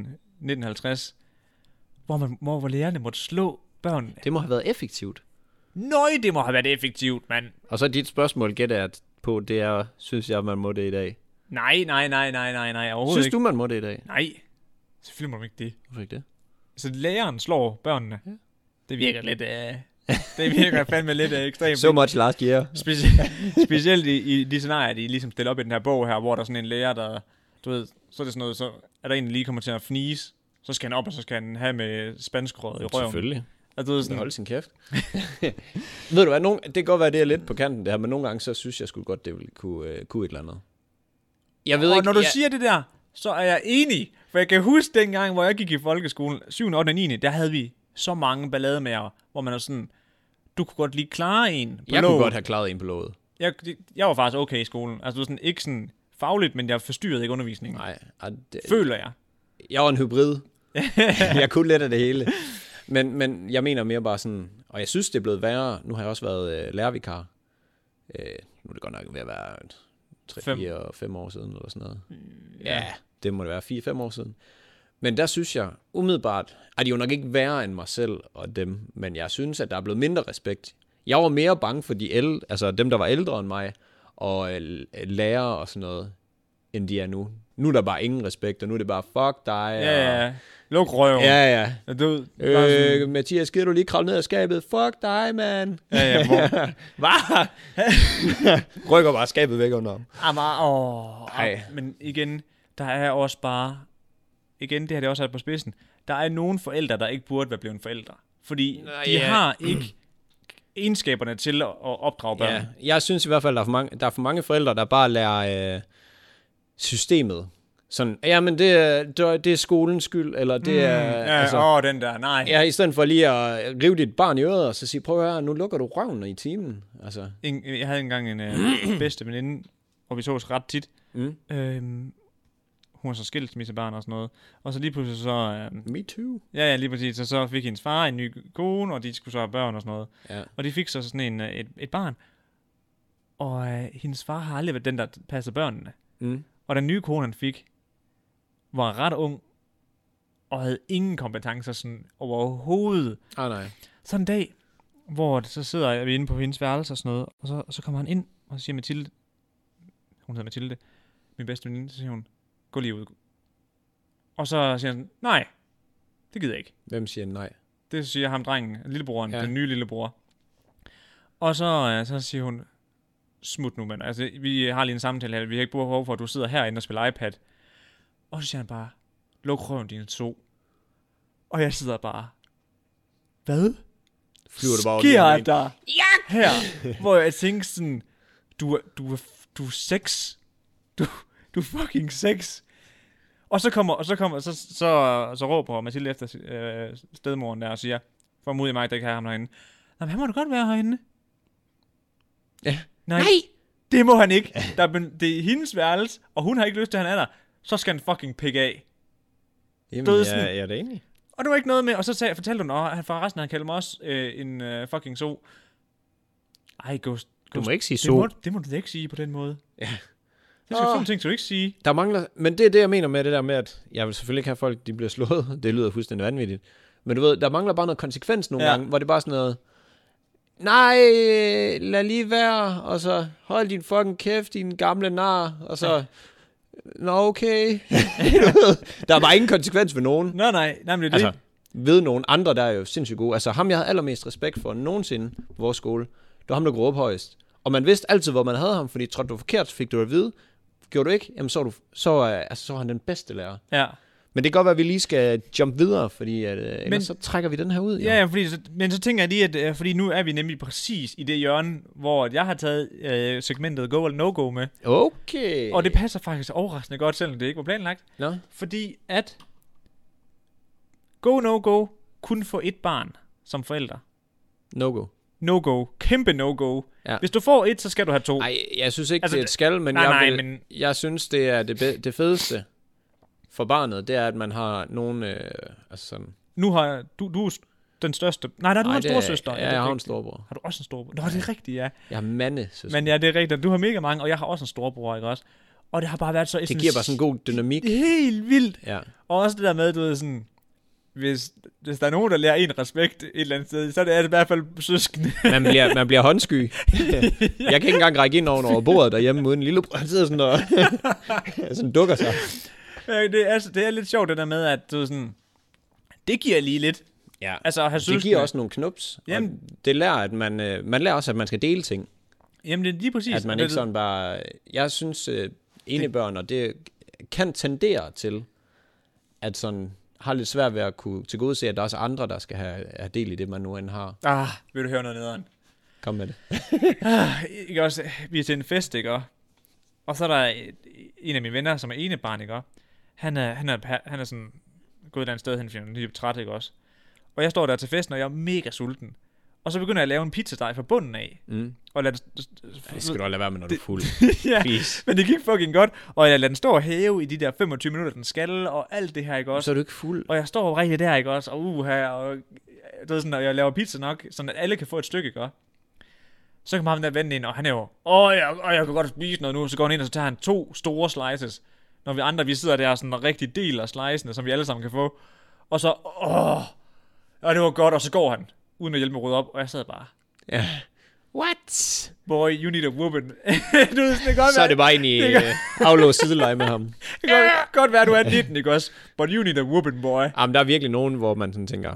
1950, hvor lærerne måtte slå børn. Det må have været effektivt. Nøj, det må have været effektivt, mand. Og så dit spørgsmål gætter jeg på, det er, synes jeg, man må det i dag? Nej, overhovedet Synes ikke. du, man må det i dag? Nej, selvfølgelig må man ikke det. Hvorfor ikke det? Så læreren slår børnene. Ja. Det virker lidt... det virker fandme lidt ekstremt. So much last year. Specielt i de scenarier, de ligesom stiller op i den her bog her, hvor der er sådan en lærer, der... Du ved, så er det sådan noget, så er der en, der lige kommer til at fnise. Så skal han op, og så skal han have med spanskrøret i røven. Selvfølgelig. Og du ved sådan... Hold sin kæft. Ved du hvad, det kan godt være, det er lidt på kanten det her, men nogle gange, så synes jeg sgu godt, det ville kunne et eller andet. Jeg ved og ikke, når du siger det der, så er jeg enig. For jeg kan huske dengang, hvor jeg gik i folkeskolen, 7., 8. og 9., der havde vi så mange ballademagere, hvor man er sådan, du kunne godt lige klare en på Jeg låget. kunne godt have klaret en på låget. Jeg var faktisk okay i skolen. Altså, du var sådan, ikke sådan fagligt, men jeg forstyrrede ikke undervisningen. Nej. Føler jeg. Jeg var en hybrid. Jeg kunne lidt af det hele. Men jeg mener mere bare sådan, og jeg synes, det er blevet værre. Nu har jeg også været lærervikar. Nu er det godt nok ved at være 3-4-5 år siden, eller sådan noget. Ja, det må det være 4-5 år siden. Men der synes jeg umiddelbart, at de jo nok ikke værre end mig selv og dem, men jeg synes, at der er blevet mindre respekt. Jeg var mere bange for altså dem, der var ældre end mig, og lærere og sådan noget, end de er nu. Nu er der bare ingen respekt, og nu er det bare, fuck dig. Ja. Luk røven. Ja. Du, Mathias, skal du lige kravle ned ad skabet? Fuck dig, mand. Ja, hvad? Rykker bare skabet væk under ham. Men igen, der er også bare... Igen, det her det også er på spidsen. Der er nogle forældre, der ikke burde være blevet forældre. Fordi de har ikke egenskaberne til at opdrage børn. Ja, jeg synes i hvert fald, der er for mange forældre, der bare lærer systemet. Sådan, jamen det er skolens skyld, eller det er... den der, nej. Ja, i stedet for lige at rive dit barn i øret, og så sige, prøv at høre, nu lukker du røven i timen. Altså. Jeg havde engang en bedste veninde, og vi sås ret tit. Hun var så skilsmissebarn og sådan noget. Og så lige pludselig så... Me too. Ja, lige præcis. Så fik hendes far en ny kone, og de skulle så have børn og sådan noget. Ja. Og de fik så sådan et barn. Og hendes far har aldrig været den, der passede børnene. Og den nye kone, han fik, var ret ung, og havde ingen kompetencer sådan overhovedet. Nej. Så en dag, hvor så sidder vi inde på hendes værelse og sådan noget, og så kommer han ind, og så siger Mathilde, hun hedder Mathilde, min bedste veninde, så siger hun, gå lige ud. Og så siger han, nej, det gider jeg ikke. Hvem siger nej? Det siger ham drengen, lillebroren, den nye lillebror. Og så siger hun, smut nu, men altså, vi har lige en samtale her, vi har ikke behov for, at du sidder herinde og spiller iPad. Og så siger han bare, luk røven din so. Og jeg sidder bare, hvad? Flyver du bare sker der her? Hvor jeg tænker sådan, du er 6. Du er fucking 6. Og så råber Mathilde efter stedmoren der og siger, for mod i mig, der ikke har ham herinde. Jamen, han må da godt være herinde. Ja. Nej. Det må han ikke. Det er hendes værelse, og hun har ikke lyst til, at han er der. Så skal han fucking pikke af. Jamen, jeg er da enig. Og det var ikke noget med, og så fortalte hun, at forresten, han kaldte mig også en fucking so. Ej, Ghost. Du må ikke sige so. Det må du da ikke sige på den måde. Ja. Det skal sådan ting, du ikke sige. Der mangler, men det er det, jeg mener med det der med, at jeg vil selvfølgelig ikke have folk, de bliver slået. Det lyder fuldstændig vanvittigt. Men du ved, der mangler bare noget konsekvens nogle gange, hvor det bare sådan noget, nej, lad lige være, og så hold din fucking kæft, din gamle nar, og så, nå okay. Der er bare ingen konsekvens ved nogen. Nej, men det er altså, ved nogen andre, der er jo sindssygt gode. Altså ham, jeg havde allermest respekt for nogensinde på vores skole, det var ham, der gruede op højst. Og man vidste altid, hvor man havde ham, fordi trådte du forkert, så fik du at vide. Gjorde du ikke, jamen så var han den bedste lærer. Ja. Men det kan godt være, at vi lige skal jump videre, fordi ellers så trækker vi den her ud. Ja, men så tænker jeg lige, at fordi nu er vi nemlig præcis i det hjørne, hvor jeg har taget segmentet Go eller No-Go med. Okay. Og det passer faktisk overraskende godt, selvom det ikke var planlagt. Nå. Fordi at Go, No-Go kun få et barn som forælder. No-Go. No-Go. Kæmpe no-go. Ja. Hvis du får et, så skal du have 2. Nej, jeg synes ikke, det er et skal, men jeg synes, det er det fedeste for barnet, det er, at man har nogen, altså sådan... Nu har du den største... Nej, du har en storsøster. Ja, jeg har en storbror. Har du også en storbror? Nå, det er rigtigt, ja. Jeg har mandesøster. Men ja, det er rigtigt. Du har mega mange, og jeg har også en storbror, ikke også? Og det har bare været så... Det giver bare sådan en god dynamik. Helt vildt. Ja. Og også det der med, du ved sådan... hvis der er nogen, der lærer en respekt et eller andet sted, så er det i hvert fald søskende. Man bliver håndsky. Jeg kan ikke engang række ind over bordet derhjemme, uden lillebror sidder sådan og sådan dukker sig. Det er lidt sjovt, det der med, at du sådan, det giver lige lidt. Ja, altså at have søskende. Det giver også nogle knups. Jamen, det lærer, at man lærer også, at man skal dele ting. Jamen, det er lige præcis. At man ikke sådan bare... Jeg synes, enebørn, og det kan tendere til, at sådan har lidt svært ved at kunne tilgodese, at der er også andre, der skal have del i det, man nu end har. Vil du høre noget nederen? Kom med det. Ikke også, vi er til en fest, ikke? Og så er der en af mine venner, som er enebarn, ikke? Han er sådan gået et eller andet sted hen, fordi han er lige træt, ikke også? Og jeg står der til festen, og jeg er mega sulten. Og så begynder jeg at lave en pizzadej fra bunden af. Og det skal du lade være med, når du er fuld. Ja, men det gik fucking godt. Og jeg lader den stå og hæve i de der 25 minutter, den skal, og alt det her, ikke også? Så er du ikke fuld. Og jeg står rigtig der, ikke også? Og og det er sådan, og jeg laver pizza nok, sådan at alle kan få et stykke, ikke også? Så kommer ham der ven ind, og han er jo, jeg kan godt spise noget nu. Så går han ind, og så tager han 2 store slices. Når vi andre, vi sidder der og sådan rigtig deler slicene, som vi alle sammen kan få. Og så, og det var godt, og så går han, uden at hjælpe mig at rydde op, og jeg sad bare. Ja. What? Boy, you need a whooping. Du ved, det godt så er det bare ind i aflåst sideleje med ham. Det kan godt være, du er 19, ikke også? But you need a whooping, boy. Jamen, der er virkelig nogen, hvor man sådan tænker,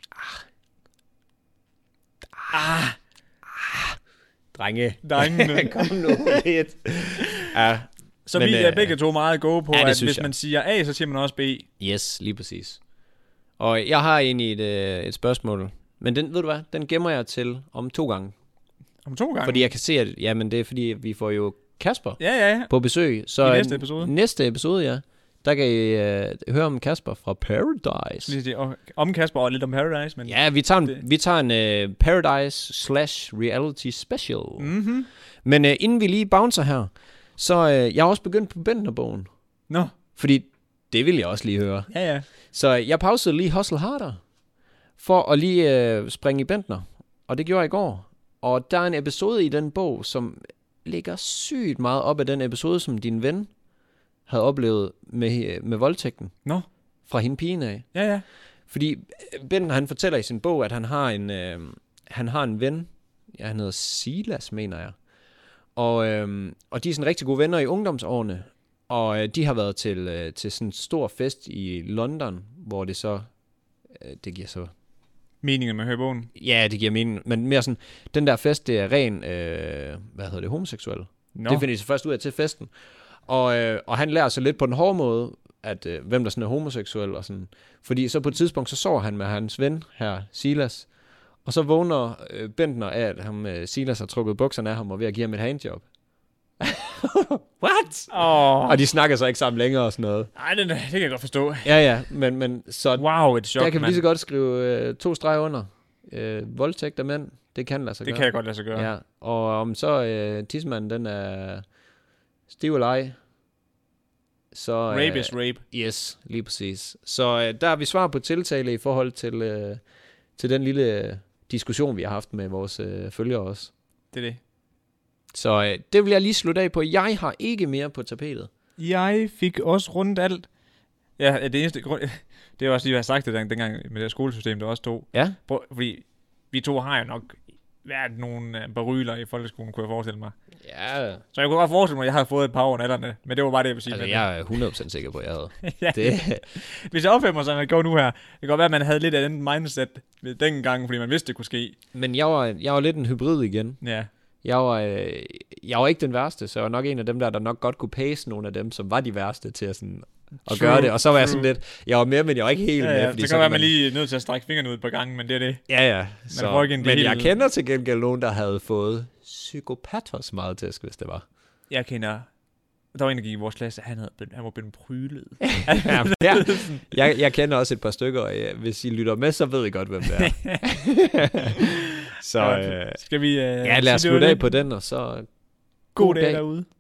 drenge. Kom nu lidt. Ja. Så men, vi er begge to meget gode på, at hvis man siger A, så siger man også B. Yes, lige præcis. Og jeg har egentlig et spørgsmål, men den, ved du hvad, den gemmer jeg til om 2 gange. Om 2 gange? Fordi jeg kan se, at jamen, det er fordi, vi får jo Kasper på besøg. Så i næste episode? Næste episode, ja. Der kan I høre om Kasper fra Paradise. Om Kasper og lidt om Paradise. Men ja, vi tager en Paradise/reality special. Mm-hmm. Men inden vi lige bouncer her, så jeg har også begyndt på Bendtner-bogen. Nå. Fordi det vil jeg også lige høre. Ja. Så jeg pausede lige Hustle Harder, for at lige springe i Bendtner. Og det gjorde jeg i går. Og der er en episode i den bog, som ligger sygt meget op af den episode, som din ven havde oplevet med voldtægten. Nå. Fra hende pigen af. Ja. Fordi Bendtner, han fortæller i sin bog, at han har en ven. Ja, han hedder Silas, mener jeg. Og de er sådan rigtig gode venner i ungdomsårene. Og de har været til sådan en stor fest i London, hvor det så... det giver så... Meningen med højbogen? Ja, det giver mening. Men mere sådan, den der fest, det er ren, homoseksuel. No. Det finder de så først ud af til festen. Og han lærer sig lidt på den hårde måde, at hvem der sådan er homoseksuel og sådan. Fordi så på et tidspunkt, så sover han med hans ven her, Silas. Og så vågner Bendtner af, at Silas har trukket bukserne af ham og ved at give ham et handjob. What? Og de snakker så ikke sammen længere og sådan noget. Nej, det kan jeg godt forstå. Ja, men så wow, et chok, der kan vi lige så godt skrive 2 streger under. Voldtægt af mænd, det kan lade sig gøre. Det kan jeg godt lade sig gøre. Ja, og om så tidsmanden, den er stiv eller ej, så... Rape is rape. Yes, lige præcis. Så der har vi svar på tiltale i forhold til den lille diskussion, vi har haft med vores følgere også. Det er det. Så det vil jeg lige slutte af på. Jeg har ikke mere på tapetet. Jeg fik også rundt alt. Ja, det eneste grund... Det er også lige, hvad jeg har sagt det dengang med det skolesystem, der også 2. Ja. Fordi vi 2 har jo nok været nogle baryler i folkeskolen, kunne jeg forestille mig. Ja. Så jeg kunne godt forestille mig, at jeg havde fået et par år alderne. Men det var bare det, jeg ville sige. Altså, jeg er 100% sikker på, at jeg havde. Ja. Det. Hvis jeg opfører mig, som jeg går nu her, det kan godt være, at man havde lidt af den mindset dengang, fordi man vidste, det kunne ske. Men jeg var lidt en hybrid igen. Ja. Jeg var ikke den værste, så jeg var nok en af dem der nok godt kunne pace nogle af dem, som var de værste til at sådan... og gøre det, og så var jeg sådan lidt, jeg var med, men jeg var ikke helt med. Fordi så kan være, man lige nødt til at strække fingrene ud på gangen, men det er det. Ja. Men jeg kender til gengæld nogen, der havde fået psykopatos meget tæsk, hvis det var. Jeg kender, der var en, der gik i vores klasse, han var blevet prylet. Jeg kender også et par stykker, og hvis I lytter med, så ved I godt, hvem det er. Så skal vi... lad os slutte af på den, og så... God dag derude.